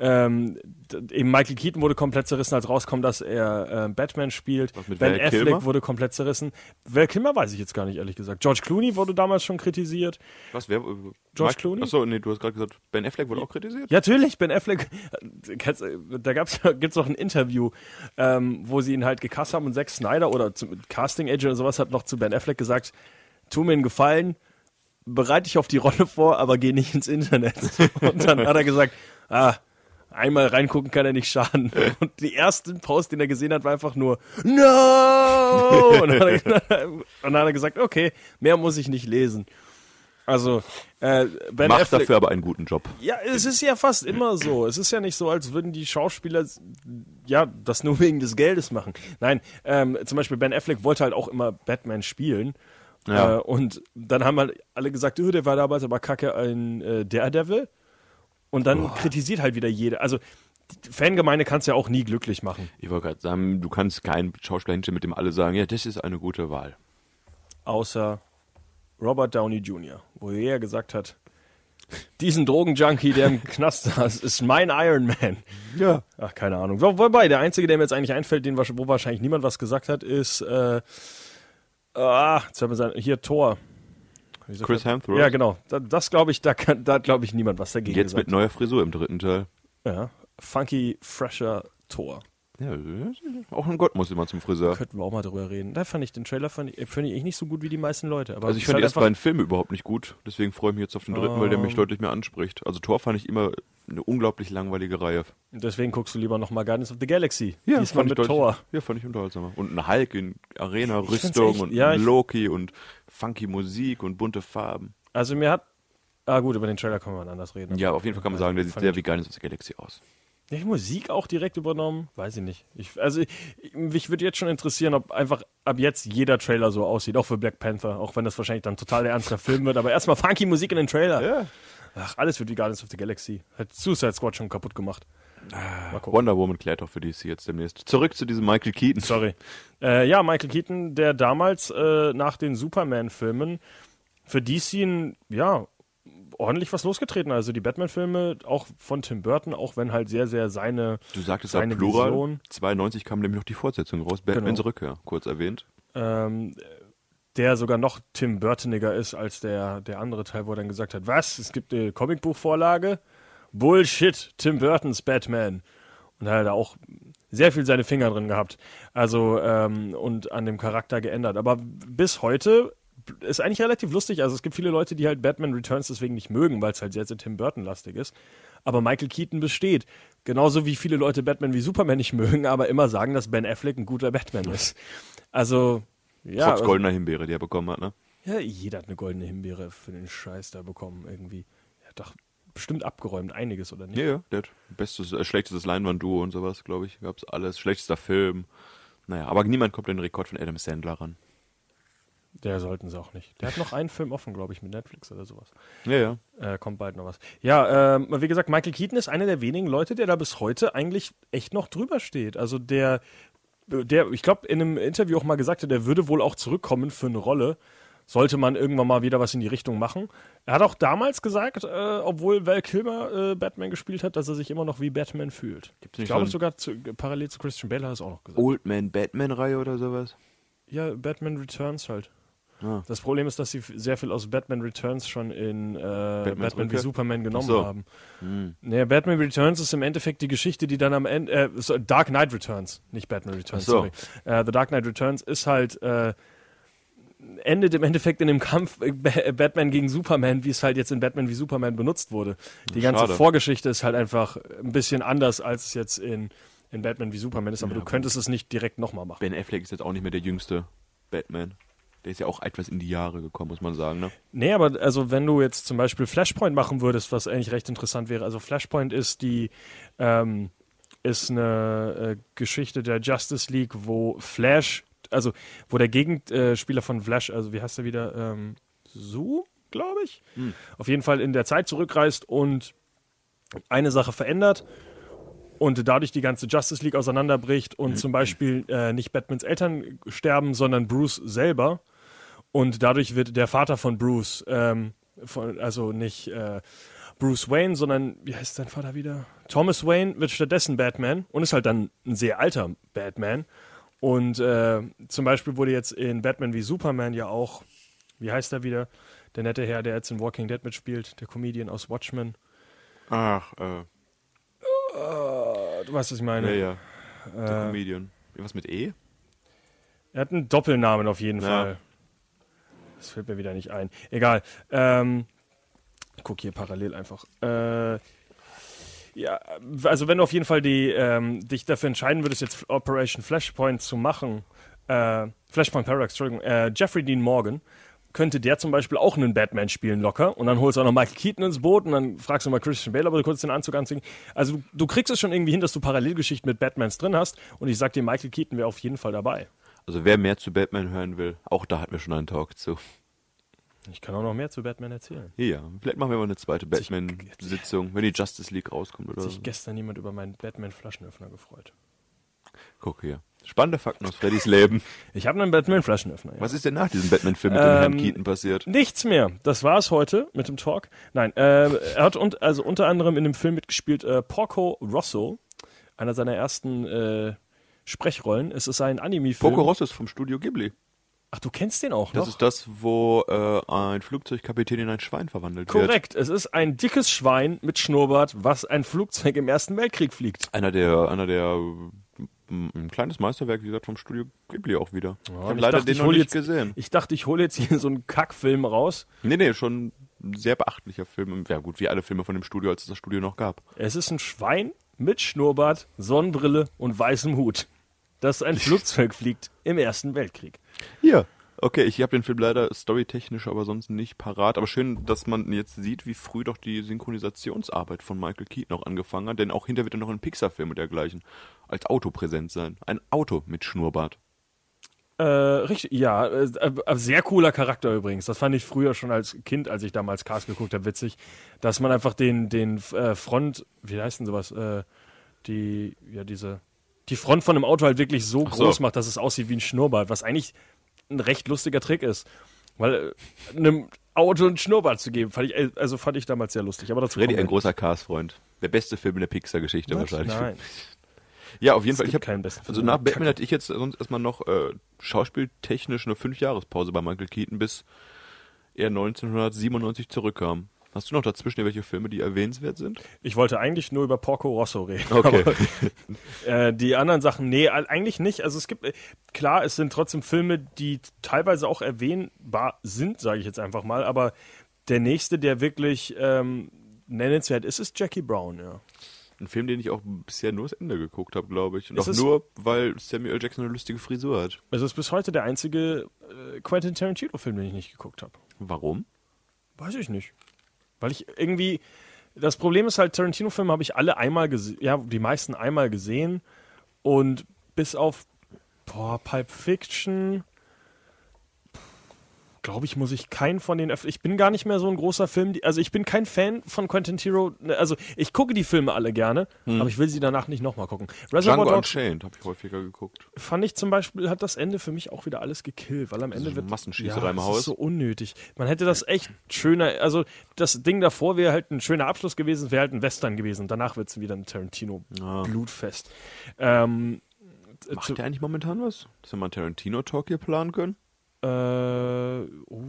Eben Michael Keaton wurde komplett zerrissen, als rauskommt, dass er Batman spielt. Was mit Ben Val Affleck Kilmer? wurde komplett zerrissen. Val Kilmer weiß ich jetzt gar nicht, ehrlich gesagt. George Clooney wurde damals schon kritisiert. Was, wer? George Clooney? Achso, nee, du hast gerade gesagt, Ben Affleck wurde auch kritisiert? Ja, natürlich, Ben Affleck, da gibt's auch ein Interview, wo sie ihn halt gecastet haben und Zack Snyder oder Casting Agent oder sowas hat noch zu Ben Affleck gesagt, tu mir einen Gefallen, bereite dich auf die Rolle vor, aber geh nicht ins Internet. Und dann hat er gesagt, Einmal reingucken kann er nicht schaden. Und die ersten Post, den er gesehen hat, war einfach nur No! Und dann hat er gesagt, okay, mehr muss ich nicht lesen. Also, Ben Macht Affleck, dafür aber einen guten Job. ja, es ist ja fast immer so. Es ist ja nicht so, als würden die Schauspieler ja das nur wegen des Geldes machen. Nein, zum Beispiel Ben Affleck wollte halt auch immer Batman spielen. Ja. Und dann haben halt alle gesagt, der war damals aber kacke ein Daredevil. Und dann kritisiert halt wieder jeder. Also die Fangemeinde kannst ja auch nie glücklich machen. Ich wollte gerade sagen, du kannst keinen Schauspieler hinstellen, mit dem alle sagen, ja, das ist eine gute Wahl. Außer Robert Downey Jr., wo er gesagt hat, diesen Drogenjunkie, der im Knast saß, ist mein Iron Man. Ja. Ach, keine Ahnung. Wobei, der Einzige, der mir jetzt eigentlich einfällt, wo wahrscheinlich niemand was gesagt hat, ist hier Thor. Chris Hemsworth. Ja, genau. Das glaube ich, da hat, glaube ich, niemand was dagegen Jetzt gesagt. mit neuer Frisur im 3. Teil. Ja, funky, fresher Thor. Ja, auch ein Gott muss immer zum Friseur. Könnten wir auch mal drüber reden. Da fand ich den Trailer finde ich nicht so gut wie die meisten Leute. Aber Also ich es fand ist die halt ersten beiden Filme überhaupt nicht gut. Deswegen freue ich mich jetzt auf den 3., weil der mich deutlich mehr anspricht. Also Thor fand ich immer eine unglaublich langweilige Reihe. Deswegen guckst du lieber nochmal Guardians of the Galaxy. Diesmal mit Thor. Ja, fand ich unterhaltsamer. Und ein Hulk in find's Arena-Rüstung echt- und ja, ein Loki und funky Musik und bunte Farben. Also mir hat... gut, über den Trailer können wir mal anders reden. Ja, auf jeden Fall kann man sagen, der sieht Fand sehr ich- wie Guardians of the Galaxy aus. Ja, die Musik auch direkt übernommen? Weiß ich nicht. Mich würde jetzt schon interessieren, ob einfach ab jetzt jeder Trailer so aussieht, auch für Black Panther, auch wenn das wahrscheinlich dann total der ernster Film wird, aber erstmal funky Musik in den Trailer. Ja. Ach, alles wird wie Guardians of the Galaxy. Hat Suicide Squad schon kaputt gemacht. Mal gucken. Wonder Woman klärt auch für DC jetzt demnächst. Zurück zu diesem Michael Keaton. Sorry. Michael Keaton, der damals nach den Superman-Filmen für DC ordentlich was losgetreten. Also die Batman-Filme, auch von Tim Burton, auch wenn halt sehr, sehr seine Du sagtest seine ja Plural. Vision. 92 kam nämlich noch die Fortsetzung raus. Batmans Genau. Rückkehr, kurz erwähnt. Der sogar noch Tim Burtoniger ist als der andere Teil, wo er dann gesagt hat, was, es gibt eine Comicbuchvorlage? Bullshit, Tim Burtons Batman. Und da hat er auch sehr viel seine Finger drin gehabt. Also, und an dem Charakter geändert. Aber bis heute ist eigentlich relativ lustig. Also es gibt viele Leute, die halt Batman Returns deswegen nicht mögen, weil es halt sehr, sehr Tim Burton-lastig ist. Aber Michael Keaton besteht. Genauso wie viele Leute Batman wie Superman nicht mögen, aber immer sagen, dass Ben Affleck ein guter Batman ist. Also, ja. Trotz goldener Himbeere, die er bekommen hat, ne? Ja, jeder hat eine goldene Himbeere für den Scheiß da bekommen irgendwie. Er hat doch bestimmt abgeräumt, einiges, oder nicht? Ja, der hat schlechtestes Leinwandduo und sowas, glaube ich. Gab's alles. Schlechtester Film. Naja, aber niemand kommt an den Rekord von Adam Sandler ran. Der sollten sie auch nicht. Der hat noch einen Film offen, glaube ich, mit Netflix oder sowas. Ja. Kommt bald noch was. Ja, wie gesagt, Michael Keaton ist einer der wenigen Leute, der da bis heute eigentlich echt noch drüber steht. Also der ich glaube, in einem Interview auch mal gesagt hat, der würde wohl auch zurückkommen für eine Rolle. Sollte man irgendwann mal wieder was in die Richtung machen. Er hat auch damals gesagt, obwohl Val Kilmer Batman gespielt hat, dass er sich immer noch wie Batman fühlt. Gibt's Ich nicht glaube so sogar parallel zu Christian Bale hat er es auch noch gesagt. Old Man Batman-Reihe oder sowas? Ja, Batman Returns halt. Ah. Das Problem ist, dass sie sehr viel aus Batman Returns schon in Batman wie Rückkehr? Superman genommen Ach so. haben. Naja, Batman Returns ist im Endeffekt die Geschichte, die dann am Ende Dark Knight Returns, nicht Batman Returns, Ach so. sorry. The Dark Knight Returns ist halt endet im Endeffekt in dem Kampf Batman gegen Superman, wie es halt jetzt in Batman wie Superman benutzt wurde. Die ganze Schade. Vorgeschichte ist halt einfach ein bisschen anders, als es jetzt in Batman wie Superman ist, aber du könntest es nicht direkt nochmal machen. Ben Affleck ist jetzt auch nicht mehr der jüngste Batman. Der ist ja auch etwas in die Jahre gekommen, muss man sagen, ne? Nee, aber also wenn du jetzt zum Beispiel Flashpoint machen würdest, was eigentlich recht interessant wäre, also Flashpoint ist eine Geschichte der Justice League, wo Flash, also wo der Gegenspieler von Flash, also wie heißt er wieder, Sue, glaube ich, auf jeden Fall in der Zeit zurückreist und eine Sache verändert und dadurch die ganze Justice League auseinanderbricht und zum Beispiel nicht Batmans Eltern sterben, sondern Bruce selber. Und dadurch wird der Vater von Bruce, also nicht Bruce Wayne, sondern, wie heißt sein Vater wieder? Thomas Wayne wird stattdessen Batman und ist halt dann ein sehr alter Batman. Und zum Beispiel wurde jetzt in Batman wie Superman ja auch, wie heißt er wieder? Der nette Herr, der jetzt in Walking Dead mitspielt, der Comedian aus Watchmen. Ach, Du weißt, was ich meine. ja. Der Comedian. Was mit E? Er hat einen Doppelnamen auf jeden Ja. Fall. Das fällt mir wieder nicht ein. Egal. Ich guck hier parallel einfach. Ja, also wenn du auf jeden Fall dich dafür entscheiden würdest, jetzt Operation Flashpoint zu machen, Flashpoint Paradox, Entschuldigung, Jeffrey Dean Morgan, könnte der zum Beispiel auch einen Batman spielen locker und dann holst du auch noch Michael Keaton ins Boot und dann fragst du mal Christian Bale, ob du kurz den Anzug anziehen. Also du kriegst es schon irgendwie hin, dass du Parallelgeschichten mit Batmans drin hast und ich sag dir, Michael Keaton wäre auf jeden Fall dabei. Also wer mehr zu Batman hören will, auch da hatten wir schon einen Talk zu. Ich kann auch noch mehr zu Batman erzählen. Ja, vielleicht machen wir mal eine zweite Batman-Sitzung, wenn die Justice League rauskommt oder so. Hat sich gestern jemand über meinen Batman-Flaschenöffner gefreut. Guck hier. Spannende Fakten aus Freddys Leben. Ich habe einen Batman-Flaschenöffner. Ja. Was ist denn nach diesem Batman-Film mit dem Herrn Keaton passiert? Nichts mehr. Das war es heute mit dem Talk. Nein, er hat unter anderem in dem Film mitgespielt Porco Rosso, einer seiner ersten Sprechrollen. Es ist ein Anime-Film. Porco Rosso ist vom Studio Ghibli. Ach, du kennst den auch noch? Das ist das, wo ein Flugzeugkapitän in ein Schwein verwandelt wird. Korrekt. Es ist ein dickes Schwein mit Schnurrbart, was ein Flugzeug im Ersten Weltkrieg fliegt. Einer der ein kleines Meisterwerk, wie gesagt, vom Studio Ghibli auch wieder. Ja, ich habe leider den noch nicht gesehen. Ich dachte, ich hole jetzt hier so einen Kackfilm raus. Nee, schon ein sehr beachtlicher Film. Ja gut, wie alle Filme von dem Studio, als es das Studio noch gab. Es ist ein Schwein mit Schnurrbart, Sonnenbrille und weißem Hut, das ein Flugzeug fliegt im Ersten Weltkrieg. Ja. Okay, ich habe den Film leider storytechnisch aber sonst nicht parat. Aber schön, dass man jetzt sieht, wie früh doch die Synchronisationsarbeit von Michael Keaton auch angefangen hat. Denn auch hinter wird er noch ein Pixar-Film und dergleichen als Auto präsent sein. Ein Auto mit Schnurrbart. Richtig, ja. Sehr cooler Charakter übrigens. Das fand ich früher schon als Kind, als ich damals Cars geguckt habe, witzig. Dass man einfach den Front, wie heißt denn sowas? Die Front von einem Auto halt wirklich so groß macht, dass es aussieht wie ein Schnurrbart. Was eigentlich ein recht lustiger Trick ist. Weil einem Auto einen Schnurrbart zu geben, fand ich damals sehr lustig. Aber Freddy, ein großer Cars-Freund. Der beste Film in der Pixar-Geschichte wahrscheinlich. Nein. Ja, auf jeden Fall. Ich habe keinen besten Film. Also nach Batman hatte ich jetzt sonst erstmal noch schauspieltechnisch eine 5-Jahrespause bei Michael Keaton, bis er 1997 zurückkam. Hast du noch dazwischen irgendwelche Filme, die erwähnenswert sind? Ich wollte eigentlich nur über Porco Rosso reden. Okay. Aber, die anderen Sachen, nee, eigentlich nicht. Also es gibt, klar, es sind trotzdem Filme, die teilweise auch erwähnbar sind, sage ich jetzt einfach mal. Aber der nächste, der wirklich nennenswert ist Jackie Brown, ja. Ein Film, den ich auch bisher nur das Ende geguckt habe, glaube ich. Und auch nur, weil Samuel L. Jackson eine lustige Frisur hat. Es ist bis heute der einzige Quentin Tarantino-Film, den ich nicht geguckt habe. Warum? Weiß ich nicht. Weil ich irgendwie, das Problem ist halt, Tarantino-Filme habe ich alle einmal gesehen, ja, die meisten einmal gesehen und bis auf, Pulp Fiction, glaube ich, muss ich keinen von denen öffnen. Ich bin gar nicht mehr so ein großer also ich bin kein Fan von Quentin Tarantino, also ich gucke die Filme alle gerne, aber ich will sie danach nicht nochmal gucken. Django Unchained habe ich häufiger geguckt. Fand ich zum Beispiel, hat das Ende für mich auch wieder alles gekillt, weil am Ende wird Massenschießerei im Haus. Das ist so unnötig. Man hätte das echt schöner, also das Ding davor wäre halt ein schöner Abschluss gewesen, wäre halt ein Western gewesen. Danach wird es wieder ein Tarantino-Blutfest. Macht der eigentlich momentan was? Dass wir mal einen Tarantino-Talk hier planen können? Der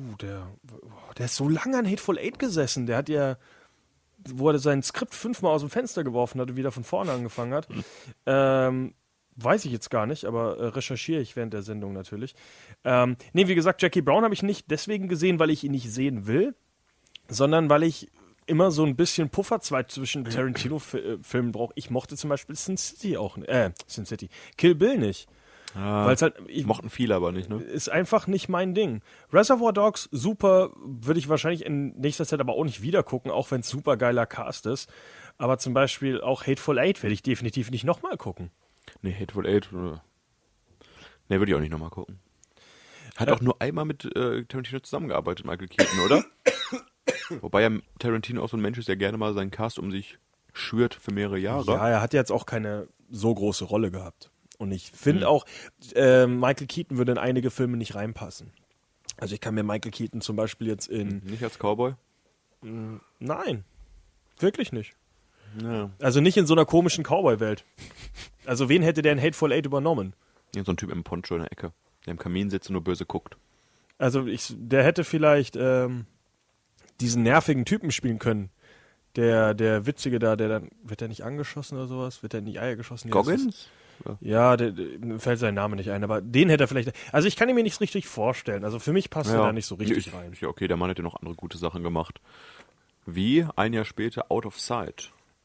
ist so lange an Hateful Eight gesessen. Der hat ja, wo er sein Skript 5-mal aus dem Fenster geworfen hat und wieder von vorne angefangen hat. Weiß ich jetzt gar nicht, aber recherchiere ich während der Sendung natürlich. Wie gesagt, Jackie Brown habe ich nicht deswegen gesehen, weil ich ihn nicht sehen will, sondern weil ich immer so ein bisschen Pufferzeit zwischen Tarantino-Filmen brauche. Ich mochte zum Beispiel Sin City auch nicht. Sin City. Kill Bill nicht. Weil's halt, mochten viele aber nicht, ne? Ist einfach nicht mein Ding. Reservoir Dogs, super, würde ich wahrscheinlich in nächster Zeit aber auch nicht wieder gucken, auch wenn es super geiler Cast ist. Aber zum Beispiel auch Hateful Eight werde ich definitiv nicht nochmal gucken. Nee, Hateful Eight, würde ich auch nicht nochmal gucken. Hat auch nur einmal mit Tarantino zusammengearbeitet, Michael Keaton, oder? Wobei ja Tarantino auch so ein Mensch ist, der gerne mal seinen Cast um sich schürt für mehrere Jahre. Ja, er hat jetzt auch keine so große Rolle gehabt. Und ich finde auch, Michael Keaton würde in einige Filme nicht reinpassen. Also ich kann mir Michael Keaton zum Beispiel jetzt Nicht als Cowboy? Nein, wirklich nicht. Ja. Also nicht in so einer komischen Cowboy-Welt. Also wen hätte der in Hateful Eight übernommen? Ja, so ein Typ im Poncho in der Ecke, der im Kamin sitzt und nur böse guckt. Also der hätte vielleicht diesen nervigen Typen spielen können. Der Witzige da, wird der nicht angeschossen oder sowas? Wird der in die Eier geschossen? Goggins? Ja, mir fällt sein Name nicht ein, aber den hätte er vielleicht. Also ich kann ihn mir nicht richtig vorstellen. Also für mich passt er da nicht so richtig rein. Ja, okay, der Mann hätte noch andere gute Sachen gemacht. Wie ein Jahr später Out of Sight.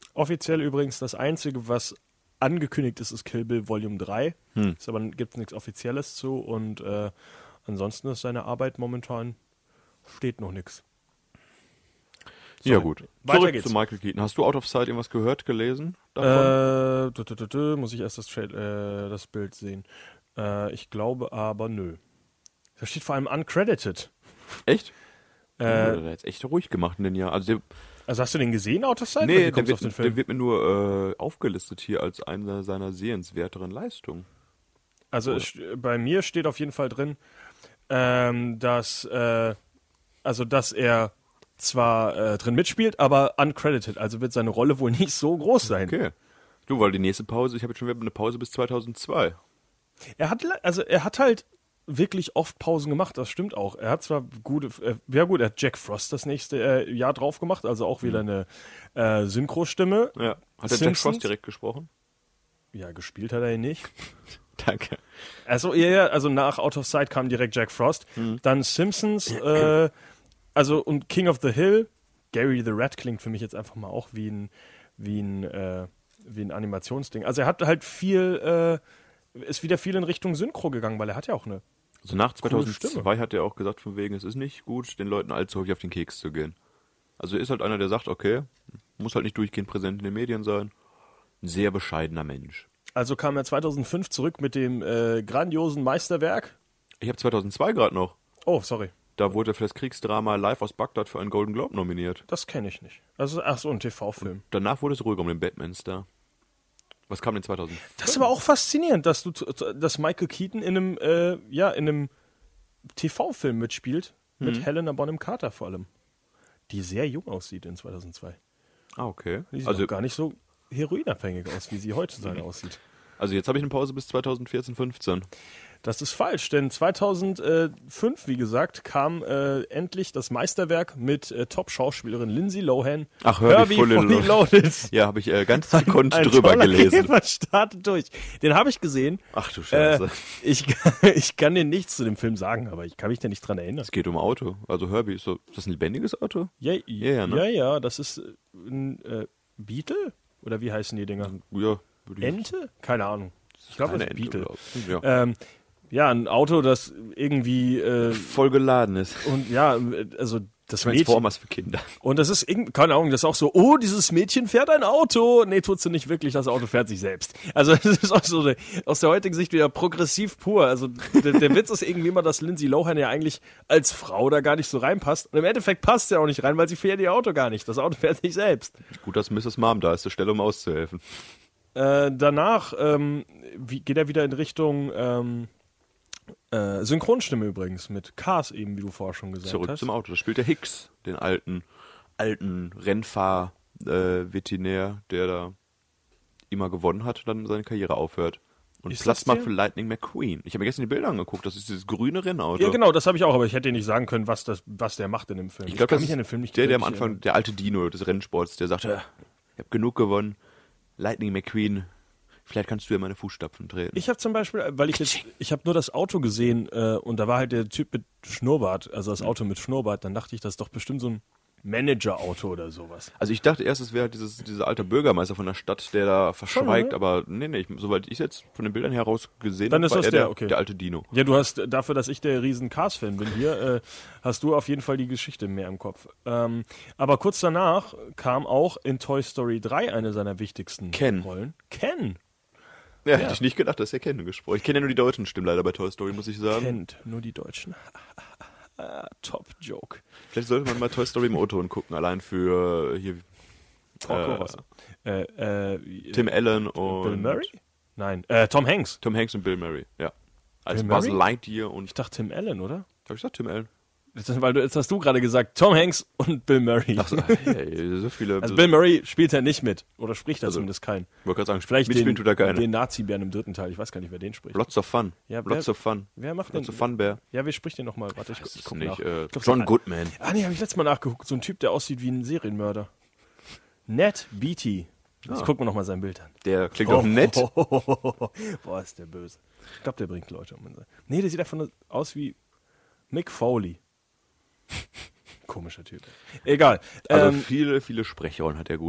Offiziell übrigens das Einzige, was angekündigt ist Kill Bill Volume 3. Ist aber gibt es nichts Offizielles zu und ansonsten ist seine Arbeit momentan steht noch nichts. Ja gut. Weiter Zurück geht's. zu Michael Keaton. Hast du Out of Sight irgendwas gehört, gelesen davon? Muss ich erst das Bild sehen. Ich glaube aber nö. Da steht vor allem uncredited. Echt? Äh, Der hat jetzt echt ruhig gemacht in den Jahren. Also Also hast du den gesehen, Out of Sight? Oder nee, wie kommst du auf den Film? der wird mir nur aufgelistet hier als eine seiner sehenswerteren Leistungen. Also bei mir steht auf jeden Fall drin, dass er zwar drin mitspielt, aber uncredited. Also wird seine Rolle wohl nicht so groß sein. Okay. Du, weil die nächste Pause, ich habe jetzt schon wieder eine Pause bis 2002. Er hat halt wirklich oft Pausen gemacht, das stimmt auch. Er hat zwar er hat Jack Frost das nächste Jahr drauf gemacht, also auch wieder eine Synchrostimme. Ja. Hat der Jack Simpsons? Frost direkt gesprochen? Ja, gespielt hat er ihn nicht. Danke. Also nach Out of Sight kam direkt Jack Frost, dann Simpsons, und King of the Hill. Gary the Rat klingt für mich jetzt einfach mal auch wie ein Animationsding. Also er hat halt ist wieder viel in Richtung Synchro gegangen, weil er hat ja auch eine. Also nach Coole 2002 Stimme. hat er auch gesagt, von wegen, es ist nicht gut, den Leuten allzu häufig auf den Keks zu gehen. Also er ist halt einer, der sagt, okay, muss halt nicht durchgehend präsent in den Medien sein. Ein sehr bescheidener Mensch. Also kam er 2005 zurück mit dem grandiosen Meisterwerk. Ich habe 2002 gerade noch. Oh, sorry. Da wurde er für das Kriegsdrama Live aus Bagdad für einen Golden Globe nominiert. Das kenne ich nicht. Also, ach so, ein TV-Film. Danach wurde es ruhig um den Batman-Star. Was kam denn 2005? Das ist aber auch faszinierend, dass Michael Keaton in einem TV-Film mitspielt. Mit Helena Bonham Carter vor allem. Die sehr jung aussieht in 2002. Ah, okay. Die sieht Also, auch gar nicht so heroinabhängig aus, wie sie heutzutage aussieht. also jetzt habe ich eine Pause bis 2014, 15. Das ist falsch, denn 2005, wie gesagt, kam endlich das Meisterwerk mit Top-Schauspielerin Lindsay Lohan. Ach, Herbie Fully Loaded. Ja, habe ich ganz gekonnt Ein drüber toller gelesen. Film, startet durch. Den habe ich gesehen. Ach du Scheiße. Ich kann dir nichts zu dem Film sagen, aber ich kann mich da nicht dran erinnern. Es geht um Auto. Also Herbie, ist das ein lebendiges Auto? Ja, das ist ein Beetle? Oder wie heißen die Dinger? Ja. würde ich- Ente? Keine Ahnung. Ich glaube, das ist Keine Ente, Beetle. glaub ich. Ja. Ja, ein Auto, das irgendwie Voll geladen ist. und ja, also das Mädchen. Transformers für Kinder. Und das ist irgendwie, keine Ahnung, das ist auch so, oh, dieses Mädchen fährt ein Auto. Nee, tut sie nicht wirklich, das Auto fährt sich selbst. Also das ist auch so aus der heutigen Sicht wieder progressiv pur. Also der Witz ist irgendwie immer, dass Lindsay Lohan ja eigentlich als Frau da gar nicht so reinpasst. Und im Endeffekt passt sie auch nicht rein, weil sie fährt ihr Auto gar nicht. Das Auto fährt sich selbst. Gut, dass Mrs. Mom da ist, zur Stelle, um auszuhelfen. Danach geht er wieder in Richtung Synchronstimme übrigens mit Cars eben, wie du vorher schon gesagt Zurück hast. zum Auto. Das spielt der Hicks, den alten Rennfahr-Veterinär, der da immer gewonnen hat und dann seine Karriere aufhört. Und Ist Platz das macht der? für Lightning McQueen. Ich habe mir gestern die Bilder angeguckt. Das ist dieses grüne Rennauto. Ja, genau, das habe ich auch, aber ich hätte dir nicht sagen können, was der macht in dem Film. Ich glaube, kann das mich ist an den Film nicht der am wirklich Anfang, erinnern. der alte Dino des Rennsports, der sagte, ich habe genug gewonnen. Lightning McQueen, vielleicht kannst du ja meine Fußstapfen treten. Ich habe zum Beispiel, weil ich habe nur das Auto gesehen und da war halt der Typ mit Schnurrbart, also das Auto mit Schnurrbart, dann dachte ich, das ist doch bestimmt so ein Manager-Auto oder sowas. Also ich dachte erst, es wäre dieser alte Bürgermeister von der Stadt, der da verschweigt, oder? aber nee, soweit ich jetzt von den Bildern heraus gesehen Dann habe, ist war das er der, okay. der alte Dino. Ja, du hast, dafür, dass ich der riesen Cars-Fan bin hier, hast du auf jeden Fall die Geschichte mehr im Kopf. Aber kurz danach kam auch in Toy Story 3 eine seiner wichtigsten Ken. Rollen. Ken. Ja, hätte ich nicht gedacht, dass er Ken gesprochen. Ich kenne ja nur die deutschen Stimmen leider bei Toy Story, muss ich sagen. Kennt nur die Deutschen. Top-Joke. Vielleicht sollte man mal Toy Story im O-Ton gucken, allein für hier Tim Allen und Bill Murray? Nein, Tom Hanks. Tom Hanks und Bill Murray, ja. Als Bill Buzz Murray? Lightyear und Ich dachte Tim Allen, oder? hab ich gesagt Tim Allen? Jetzt hast du gerade gesagt, Tom Hanks und Bill Murray. Ach so, so viele. Also Bill Murray spielt ja nicht mit. Oder spricht da Also, zumindest keinen. Ich wollte gerade sagen, Vielleicht mitspielen tut er keiner. den Nazi-Bären im dritten Teil. Ich weiß gar nicht, wer den spricht. Lots of Fun. Ja, Lots of Fun. Wer macht Lots den? of Fun Bear. Ja, wer spricht den nochmal? Warte, ich Das ist guck nicht nach. Ich glaub, John so- Goodman. Ah nee, habe ich letztes Mal nachgeguckt. So ein Typ, der aussieht wie ein Serienmörder. Ned Beatty. Ich guck mir nochmal sein Bild an. Der klingt auch nett. Boah, ist der böse. Ich glaube, der bringt Leute um. Nee, der sieht einfach nur aus wie Mick Foley. Komischer Typ. Egal. Also viele Sprecherrollen hat der Gute.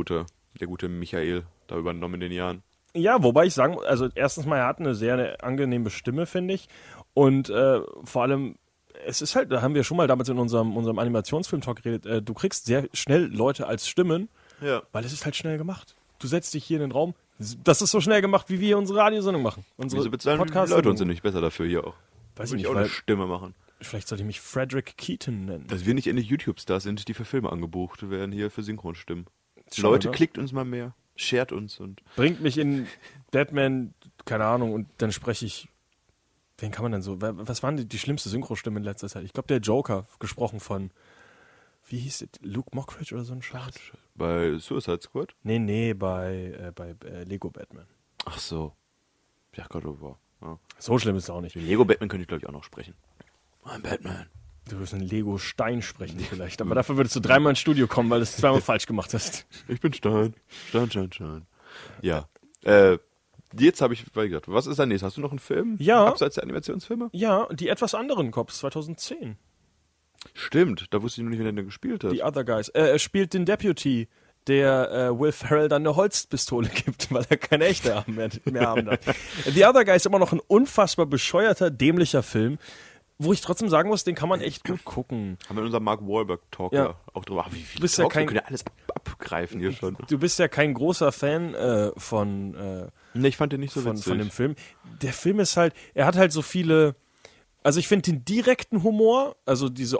der gute Michael da übernommen in den Jahren. Ja, wobei ich sagen, also erstens mal, er hat eine sehr angenehme Stimme, finde ich. Und vor allem, es ist halt, da haben wir schon mal damals in unserem Animationsfilm-Talk geredet, du kriegst sehr schnell Leute als Stimmen, weil es ist halt schnell gemacht. Du setzt dich hier in den Raum, das ist so schnell gemacht, wie wir hier unsere Radiosendung machen. Unsere Wieso bezahlen die Leute uns denn nicht besser dafür hier auch? Weiß ich Würde nicht, auch weil eine Stimme machen. vielleicht sollte ich mich Frederick Keaton nennen. Dass wir nicht endlich YouTube-Stars sind, die für Filme angebucht werden, hier für Synchronstimmen. Schon, Leute, oder? klickt uns mal mehr, shared uns und... Bringt mich in Batman, keine Ahnung, und dann spreche ich. Wen kann man denn so? Was waren die schlimmste Synchrostimme in letzter Zeit? Ich glaube, der Joker, gesprochen von. Wie hieß es? Luke Mockridge oder so ein Scheiß? Bei Suicide Squad? Nee, bei Lego Batman. Ach so. Ja, Gott, oh, wow. Ja. So schlimm ist es auch nicht. Lego Batman könnte ich, glaube ich, auch noch sprechen. I'm Batman. Du wirst einen Lego Stein sprechen vielleicht, aber dafür würdest du dreimal ins Studio kommen, weil du es zweimal falsch gemacht hast. Ich bin Stein. Stein. Ja. Jetzt habe ich gedacht, was ist dein nächstes? Hast du noch einen Film? Ja. Abseits der Animationsfilme? Ja, die etwas anderen Cops 2010. Stimmt, da wusste ich noch nicht, wer der denn gespielt hat. Die Other Guys. Er spielt den Deputy, der Will Ferrell dann eine Holzpistole gibt, weil er keine echte Arme mehr haben darf. The Other Guys ist immer noch ein unfassbar bescheuerter, dämlicher Film, wo ich trotzdem sagen muss, den kann man echt gut gucken. Haben wir in unserem Mark Wahlberg-Talk Ja. auch drüber. Ach, wie viele bist ja Talks? Wir kein- können ja alles abgreifen hier schon. Du bist ja kein großer Fan von Ne, ich fand den nicht so witzig. von dem Film. Der Film ist halt, er hat halt so viele, also ich finde den direkten Humor, also diese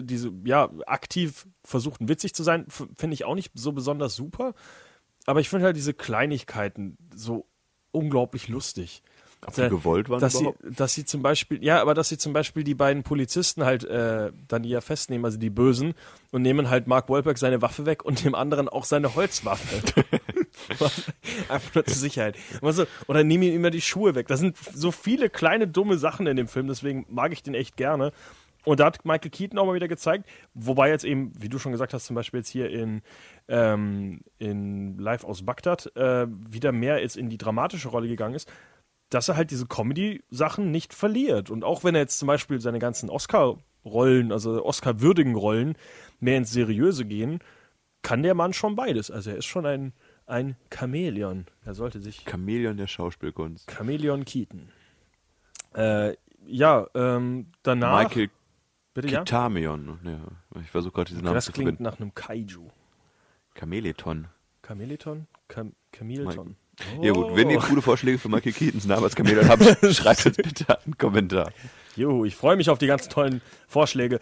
aktiv versuchten witzig zu sein, finde ich auch nicht so besonders super, aber ich finde halt diese Kleinigkeiten so unglaublich lustig. Ob die gewollt waren überhaupt? Dass sie zum Beispiel die beiden Polizisten halt dann ja festnehmen, also die Bösen, und nehmen halt Mark Wahlberg seine Waffe weg und dem anderen auch seine Holzwaffe. Einfach nur zur Sicherheit. Oder nehmen ihm immer die Schuhe weg. Das sind so viele kleine dumme Sachen in dem Film, deswegen mag ich den echt gerne. Und da hat Michael Keaton auch mal wieder gezeigt, wobei jetzt eben, wie du schon gesagt hast, zum Beispiel jetzt hier in Live aus Bagdad wieder mehr jetzt in die dramatische Rolle gegangen ist, dass er halt diese Comedy-Sachen nicht verliert. Und auch wenn er jetzt zum Beispiel seine ganzen Oscar-Rollen, also Oscar-würdigen Rollen, mehr ins Seriöse gehen, kann der Mann schon beides. Also er ist schon ein Chamäleon. Er sollte sich... Chamäleon der Schauspielkunst. Chamäleon Keaton. Danach... Michael Bitte, ja? Kitamion. Ja, ich versuche gerade diesen Namen Das zu klingt verbinden. nach einem Kaiju. Chameleton. Chameleton? Chameleton. Ja gut, wenn ihr coole Vorschläge für Michael Keatons Namen als Chameleon habt, schreibt es bitte einen Kommentar. Jo, ich freue mich auf die ganzen tollen Vorschläge.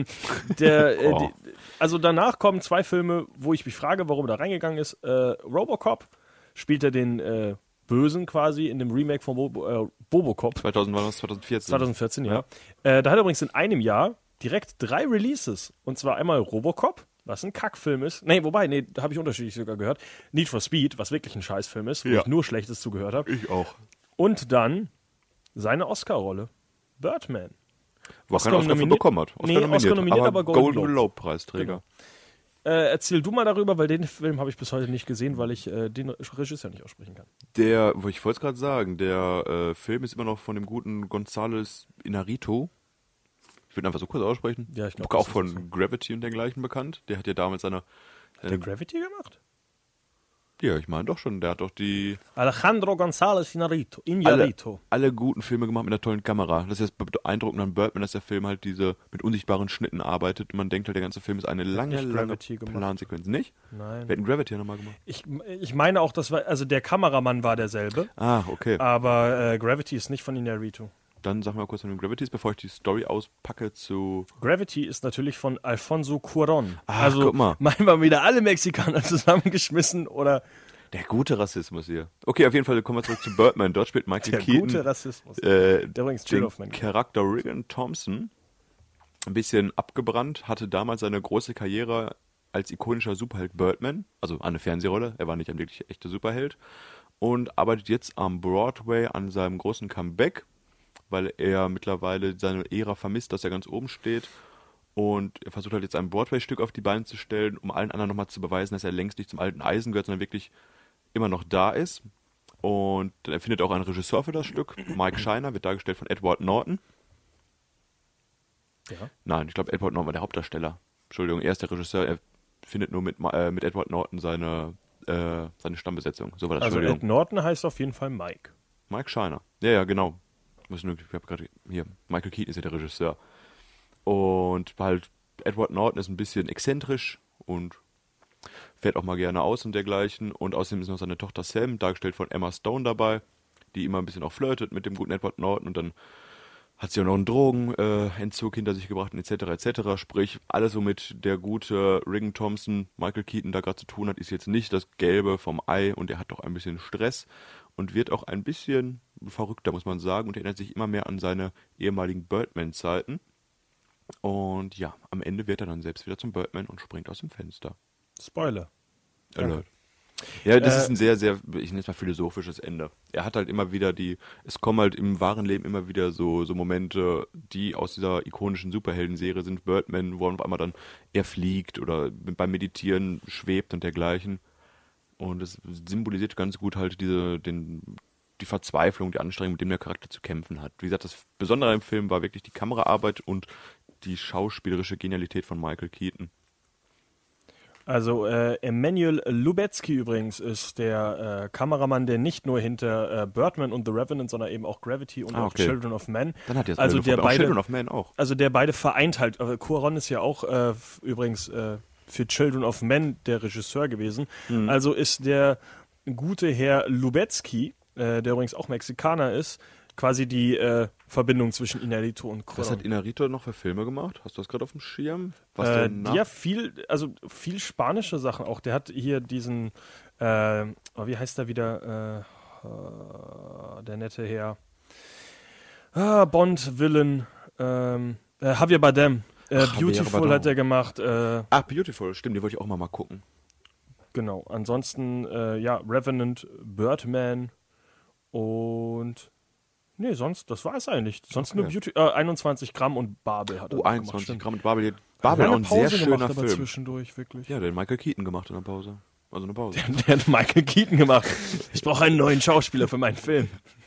Also danach kommen zwei Filme, wo ich mich frage, warum er da reingegangen ist. Robocop spielt er den Bösen quasi in dem Remake von Bobocop. 2014. 2014, ja. Da hat er übrigens in einem Jahr direkt 3 Releases. Und zwar einmal Robocop, was ein Kackfilm ist. Da habe ich unterschiedlich sogar gehört. Need for Speed, was wirklich ein Scheißfilm ist, wo Ja. ich nur Schlechtes zugehört habe. Ich auch. Und dann seine Oscar-Rolle. Birdman. Wo er keinen Oscar für nominiert- bekommen hat. Oscar nominiert, aber Golden Globe. Globe-Preisträger. Genau. Erzähl du mal darüber, weil den Film habe ich bis heute nicht gesehen, weil ich den Regisseur nicht aussprechen kann. Ich wollte es gerade sagen, der Film ist immer noch von dem guten González Iñárritu. Ich würde ihn einfach so kurz aussprechen. Ja, ich glaub, Auch das ist von so. Gravity und dergleichen bekannt. Der hat ja damals seine... Hat der Gravity gemacht? Ja, ich meine doch schon. Der hat doch die... Alejandro González Iñárritu. Alle guten Filme gemacht mit einer tollen Kamera. Das ist das Beeindruckende an Birdman, dass der Film halt diese mit unsichtbaren Schnitten arbeitet und man denkt halt, der ganze Film ist eine lange Gravity gemacht. Plansequenz. Nicht? Nein. Wir hätten Gravity ja nochmal gemacht. Ich meine auch, also der Kameramann war derselbe, Ah, okay. aber Gravity ist nicht von Iñárritu. Dann sag mal kurz von den Gravities, bevor ich die Story auspacke zu... Gravity ist natürlich von Alfonso Cuarón. Ach, Also guck mal. mal wieder alle Mexikaner zusammengeschmissen oder Der gute Rassismus hier. Okay, auf jeden Fall kommen wir zurück zu Birdman. Dort spielt Michael der Keaton gute Rassismus. Der übrigens Jill den Hoffman. Charakter Regan Thompson. Ein bisschen abgebrannt, hatte damals seine große Karriere als ikonischer Superheld Birdman, also eine Fernsehrolle, er war nicht ein wirklich echter Superheld, und arbeitet jetzt am Broadway an seinem großen Comeback, weil er mittlerweile seine Ära vermisst, dass er ganz oben steht, und er versucht halt jetzt ein Broadway-Stück auf die Beine zu stellen, um allen anderen nochmal zu beweisen, dass er längst nicht zum alten Eisen gehört, sondern wirklich immer noch da ist. Und er findet auch einen Regisseur für das Stück. Mike Shiner wird dargestellt von Edward Norton. Ja. Nein, ich glaube, Edward Norton war der Hauptdarsteller. Entschuldigung, er ist der Regisseur. Er findet nur mit Edward Norton seine seine Stammbesetzung. So war das, Also Entschuldigung. Ed Norton heißt auf jeden Fall Mike. Mike Shiner. Ja, genau. Ich habe gerade hier, Michael Keaton ist ja der Regisseur. Und halt, Edward Norton ist ein bisschen exzentrisch und fährt auch mal gerne aus und dergleichen. Und außerdem ist noch seine Tochter Sam, dargestellt von Emma Stone, dabei, die immer ein bisschen auch flirtet mit dem guten Edward Norton. Und dann hat sie auch noch einen Drogenentzug hinter sich gebracht, etc. Sprich, alles, womit der gute Regan Thompson, Michael Keaton da gerade zu tun hat, ist jetzt nicht das Gelbe vom Ei. Und er hat doch ein bisschen Stress und wird auch ein bisschen verrückter, muss man sagen, und erinnert sich immer mehr an seine ehemaligen Birdman-Zeiten. Und ja, am Ende wird er dann selbst wieder zum Birdman und springt aus dem Fenster. Spoiler. Alert. Ja, das ist ein sehr, sehr, ich nenne es mal philosophisches Ende. Er hat halt immer wieder es kommen halt im wahren Leben immer wieder so Momente, die aus dieser ikonischen Superhelden-Serie sind. Birdman, wo auf einmal dann er fliegt oder beim Meditieren schwebt und dergleichen. Und es symbolisiert ganz gut halt die Verzweiflung, die Anstrengung, mit dem der Charakter zu kämpfen hat. Wie gesagt, das Besondere im Film war wirklich die Kameraarbeit und die schauspielerische Genialität von Michael Keaton. Also Emmanuel Lubezki übrigens ist der Kameramann, der nicht nur hinter Birdman und The Revenant, sondern eben auch Gravity und auch Children of Men. Dann hat er also der beide, Children of Men auch. Also der beide vereint halt. Cuarón ist ja auch übrigens für Children of Men der Regisseur gewesen. Mhm. Also ist der gute Herr Lubezki, der übrigens auch Mexikaner ist, quasi die Verbindung zwischen Inarritu und Cuarón. Was hat Inarritu noch für Filme gemacht? Hast du das gerade auf dem Schirm? Ja, viel spanische Sachen auch. Der hat hier diesen, wie heißt der wieder? Der nette Herr. Bond-Villain. Javier Bardem. Beautiful hat er gemacht. Beautiful, stimmt, die wollte ich auch mal gucken. Genau, ansonsten, Revenant, Birdman und nee, sonst, das war es eigentlich. Sonst nur 21 Gramm und Babel hat er 21 gemacht, Gramm und Babel. Babel auch ein sehr schöner Film. Zwischendurch, wirklich. Ja, der hat Michael Keaton gemacht in der Pause. Also eine Pause. Der hat Michael Keaton gemacht. Ich brauche einen neuen Schauspieler für meinen Film.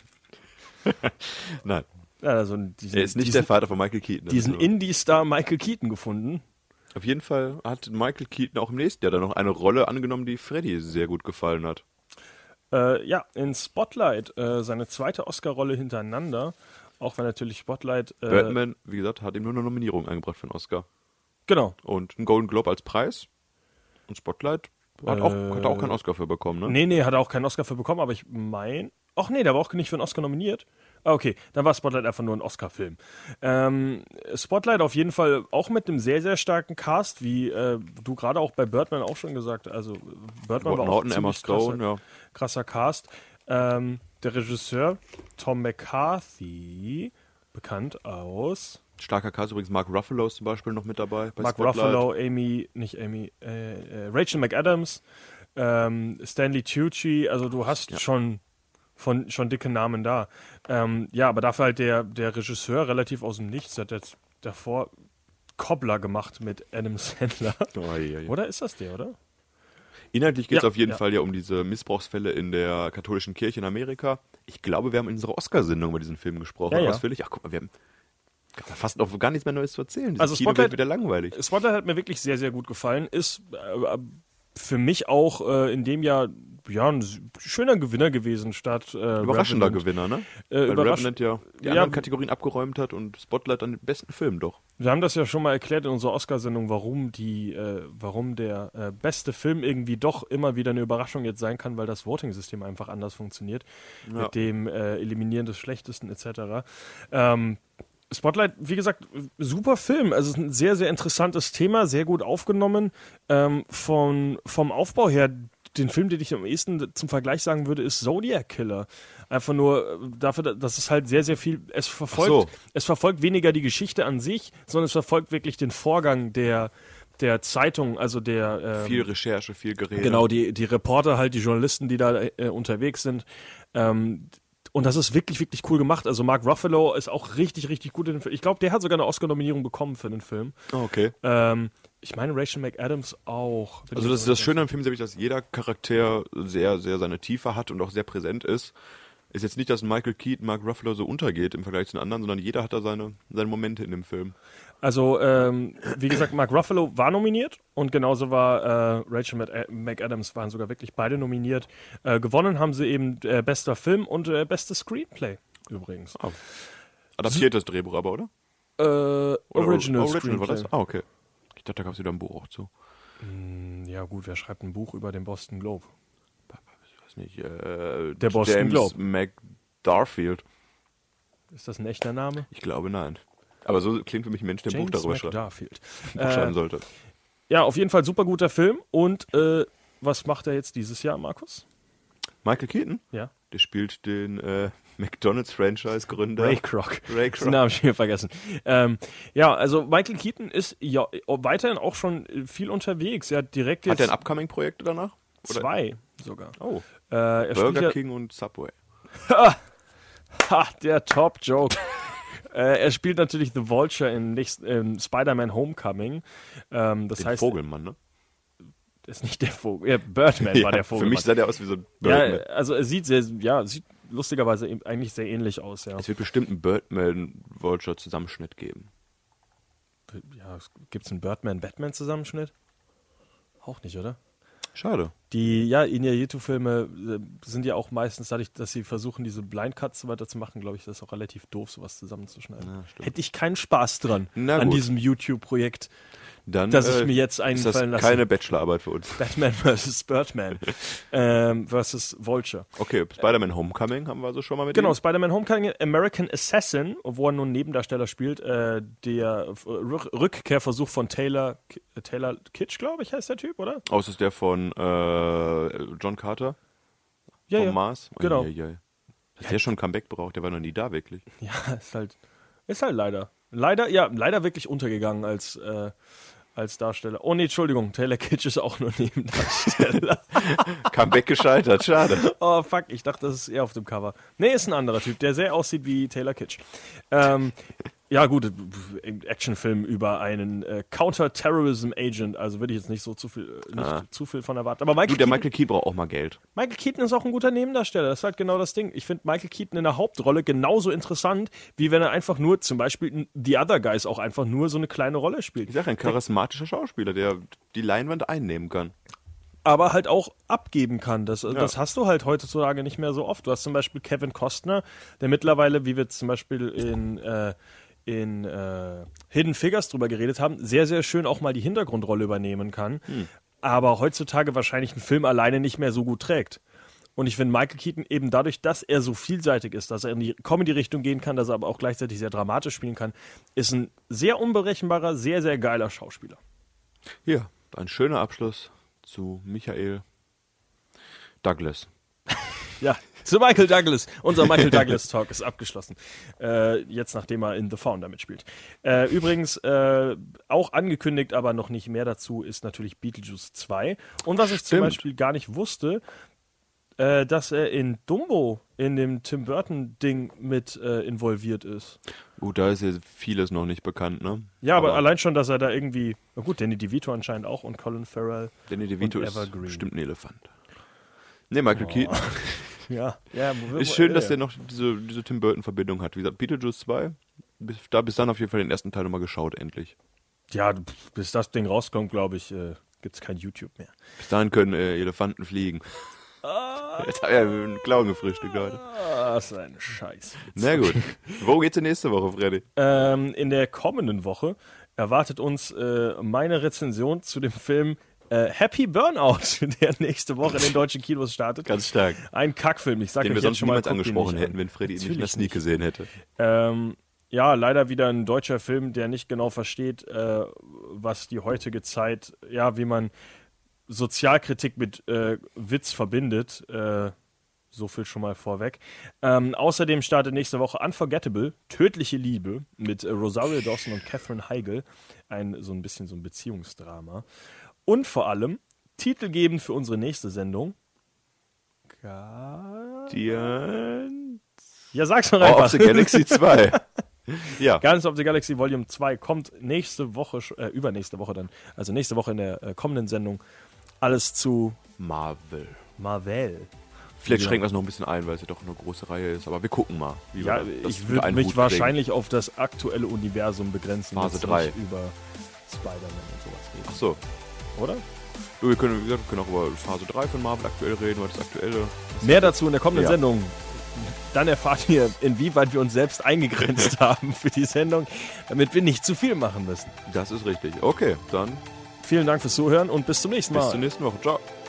Nein. Ja, also er ist nicht der Vater von Michael Keaton. Diesen Indie-Star Michael Keaton gefunden. Auf jeden Fall hat Michael Keaton auch im nächsten Jahr dann noch eine Rolle angenommen, die Freddy sehr gut gefallen hat. In Spotlight, seine zweite Oscar-Rolle hintereinander, auch wenn natürlich Spotlight... Birdman, wie gesagt, hat ihm nur eine Nominierung eingebracht für einen Oscar. Genau. Und einen Golden Globe als Preis. Und Spotlight hat er auch keinen Oscar für bekommen, ne? Nee, hat er auch keinen Oscar für bekommen, aber ich meine... Ach nee, der war auch nicht für einen Oscar nominiert. Okay, dann war Spotlight einfach nur ein Oscar-Film. Spotlight auf jeden Fall auch mit einem sehr, sehr starken Cast, wie du gerade auch bei Birdman auch schon gesagt hast. Also Birdman war auch ein Emma Stone, krasser Cast. Der Regisseur Tom McCarthy, bekannt aus... Starker Cast übrigens, Mark Ruffalo ist zum Beispiel noch mit dabei. Bei Mark Spotlight. Ruffalo, Rachel McAdams, Stanley Tucci, also du hast schon dicke Namen da. Aber dafür halt der Regisseur relativ aus dem Nichts. Der hat jetzt davor Cobbler gemacht mit Adam Sandler. Oder ist das der, oder? Inhaltlich geht es auf jeden Fall ja um diese Missbrauchsfälle in der katholischen Kirche in Amerika. Ich glaube, wir haben in unserer Oscar-Sendung über diesen Film gesprochen. Ausführlich. Ach, guck mal, wir haben fast noch gar nichts mehr Neues zu erzählen. Also Kino wird wieder langweilig. Spotlight hat mir wirklich sehr, sehr gut gefallen. Ist für mich auch in dem Jahr ein schöner Gewinner gewesen statt überraschender Gewinner, ne? Weil Revenant die anderen Kategorien abgeräumt hat und Spotlight dann den besten Film doch. Wir haben das ja schon mal erklärt in unserer Oscar-Sendung, warum der beste Film irgendwie doch immer wieder eine Überraschung jetzt sein kann, weil das Voting-System einfach anders funktioniert. Ja. Mit dem Eliminieren des Schlechtesten etc. Spotlight, wie gesagt, super Film. Also es ist ein sehr, sehr interessantes Thema, sehr gut aufgenommen. Vom Aufbau her, den Film, den ich am ehesten zum Vergleich sagen würde, ist Zodiac Killer. Einfach nur dafür, dass es halt sehr, sehr viel, es verfolgt weniger die Geschichte an sich, sondern es verfolgt wirklich den Vorgang der Zeitung, also viel Recherche, viel Gerede. Genau, die Reporter halt, die Journalisten, die da unterwegs sind. Und das ist wirklich, wirklich cool gemacht. Also Mark Ruffalo ist auch richtig, richtig gut in dem Film. Ich glaube, der hat sogar eine Oscar-Nominierung bekommen für den Film. Oh, okay. Ich meine Rachel McAdams auch. Also das Schöne am Film ist, dass jeder Charakter sehr, sehr seine Tiefe hat und auch sehr präsent ist. Ist jetzt nicht, dass Michael Keaton, Mark Ruffalo so untergeht im Vergleich zu den anderen, sondern jeder hat da seine Momente in dem Film. Also, wie gesagt, Mark Ruffalo war nominiert und genauso war Rachel McAdams, waren sogar wirklich beide nominiert. Gewonnen haben sie eben bester Film und bestes Screenplay übrigens. Oh. Adaptiertes Drehbuch aber, oder? Original Screenplay. War das? Ah, okay. Ich dachte, da gab es wieder ein Buch auch zu. Ja gut, wer schreibt ein Buch über den Boston Globe? Ich weiß nicht. Der Boston James Globe. McDarfield. Ist das ein echter Name? Ich glaube, nein. Aber so klingt für mich ein Mensch, der ein Buch darüber McDarfield. schreiben sollte. Ja, auf jeden Fall super guter Film. Und was macht er jetzt dieses Jahr, Markus? Michael Keaton? Ja. Der spielt den McDonald's-Franchise-Gründer. Ray Kroc. Ray Kroc. Den Namen schon wieder vergessen. Ja, also Michael Keaton ist ja weiterhin auch schon viel unterwegs. Er hat direkt Hat jetzt er ein Upcoming-Projekt danach? Oder? 2 sogar. Oh. Er spielt Burger ja, King und Subway. Ha, der Top-Joke. Er spielt natürlich The Vulture in Spider-Man Homecoming. Das Den heißt, Vogelmann, ne? ist nicht der Vogel. Ja, Birdman war der Vogel. Für mich sah der aus wie so ein Ja, Birdman. also er sieht sieht lustigerweise eigentlich sehr ähnlich aus, ja. Es wird bestimmt einen Birdman-Vulture-Zusammenschnitt geben. Ja, gibt's einen Birdman-Batman-Zusammenschnitt? Auch nicht, oder? Schade. Die, Inarritu-Filme sind ja auch meistens dadurch, dass sie versuchen, diese Blindcuts weiter zu machen, glaube ich, das ist auch relativ doof, sowas zusammenzuschneiden. Ja, stimmt. Hätte ich keinen Spaß dran Na an gut. diesem YouTube-Projekt, Dann das ich mir jetzt ist einfallen das lasse. keine Bachelorarbeit für uns. Batman vs. Birdman vs. Vulture. Okay, Spider-Man Homecoming haben wir also schon mal mit Genau, ihm. Spider-Man Homecoming, American Assassin, wo er nun Nebendarsteller spielt, der Rückkehrversuch von Taylor Kitsch, glaube ich, heißt der Typ, oder? Oh, ist das der von John Carter? Ja, vom ja. Mars? Genau. Hat der schon ein Comeback braucht? Der war noch nie da, wirklich. Ja, ist halt leider. Leider wirklich untergegangen als Darsteller. Oh nee, Entschuldigung, Taylor Kitsch ist auch nur Nebendarsteller. Comeback gescheitert, schade. Oh fuck, ich dachte, das ist eher auf dem Cover. Nee, ist ein anderer Typ, der sehr aussieht wie Taylor Kitsch. Ja gut, Actionfilm über einen Counter-Terrorism-Agent, also würde ich jetzt nicht so zu viel von erwarten. Aber Michael Keaton braucht auch mal Geld. Michael Keaton ist auch ein guter Nebendarsteller, das ist halt genau das Ding. Ich finde Michael Keaton in der Hauptrolle genauso interessant, wie wenn er einfach nur, zum Beispiel in The Other Guys, auch einfach nur so eine kleine Rolle spielt. Ich sage, ein charismatischer Schauspieler, der die Leinwand einnehmen kann. Aber halt auch abgeben kann. Das hast du halt heutzutage nicht mehr so oft. Du hast zum Beispiel Kevin Costner, der mittlerweile, wie wir zum Beispiel in Hidden Figures drüber geredet haben, sehr, sehr schön auch mal die Hintergrundrolle übernehmen kann. Aber heutzutage wahrscheinlich einen Film alleine nicht mehr so gut trägt. Und ich finde Michael Keaton eben dadurch, dass er so vielseitig ist, dass er in die Comedy-Richtung gehen kann, dass er aber auch gleichzeitig sehr dramatisch spielen kann, ist ein sehr unberechenbarer, sehr, sehr geiler Schauspieler. Ja, ein schöner Abschluss zu Michael Douglas. Ja, zu Michael Douglas. Unser Michael Douglas Talk ist abgeschlossen. Jetzt, nachdem er in The Founder mitspielt. Übrigens, auch angekündigt, aber noch nicht mehr dazu, ist natürlich Beetlejuice 2. Und was ich zum Beispiel gar nicht wusste, dass er in Dumbo, in dem Tim Burton-Ding mit involviert ist. Gut, da ist ja vieles noch nicht bekannt, ne? Ja, aber allein schon, dass er da irgendwie, na gut, Danny DeVito anscheinend auch und Colin Farrell. Danny DeVito ist Evergreen. bestimmt ein Elefant. Ne, Michael Keaton. Ja, Ist schön, dass der noch diese Tim Burton-Verbindung hat. Wie gesagt, Beetlejuice 2, bis dann auf jeden Fall den ersten Teil nochmal geschaut, endlich. Ja, bis das Ding rauskommt, glaube ich, gibt es kein YouTube mehr. Bis dahin können Elefanten fliegen. Jetzt habe ich ja einen Clown gefrühstückt heute. Das ist ein Scheiß. Na gut. Wo geht's denn nächste Woche, Freddy? In der kommenden Woche erwartet uns meine Rezension zu dem Film Happy Burnout, der nächste Woche in den deutschen Kinos startet. Ganz stark. Ein Kackfilm, ich sage Den wir euch jetzt sonst schon mal, niemals guckt ihn angesprochen nicht hätten, an. wenn Freddy ihn nicht in der Natürlich Sneak gesehen hätte. Ja, leider wieder ein deutscher Film, der nicht genau versteht, was die heutige Zeit, ja, wie man Sozialkritik mit Witz verbindet. So viel schon mal vorweg. Außerdem startet nächste Woche Unforgettable, Tödliche Liebe mit Rosario Dawson und Katherine Heigl. So ein bisschen so ein Beziehungsdrama. Und vor allem, titelgebend für unsere nächste Sendung. Ja, sag's doch einfach. of the Galaxy 2. Ja. Guardians of the Galaxy Volume 2 kommt nächste Woche, übernächste Woche dann, also nächste Woche in der kommenden Sendung. Alles zu Marvel. Vielleicht schränken wir es noch ein bisschen ein, weil es ja doch eine große Reihe ist. Aber wir gucken mal. Wie Ja, wir das ich unter würde einen mich Hut wahrscheinlich auf das aktuelle Universum begrenzen. Phase jetzt 3. nicht über Spider-Man und sowas reden. Ach so. Oder? Du, wie gesagt, wir können auch über Phase 3 von Marvel aktuell reden, über das aktuelle. Mehr dazu in der kommenden Ja. Sendung. Dann erfahrt ihr, inwieweit wir uns selbst eingegrenzt haben für die Sendung, damit wir nicht zu viel machen müssen. Das ist richtig. Okay, dann Vielen Dank fürs Zuhören und bis zum nächsten Mal. bis zur nächsten Woche. Ciao.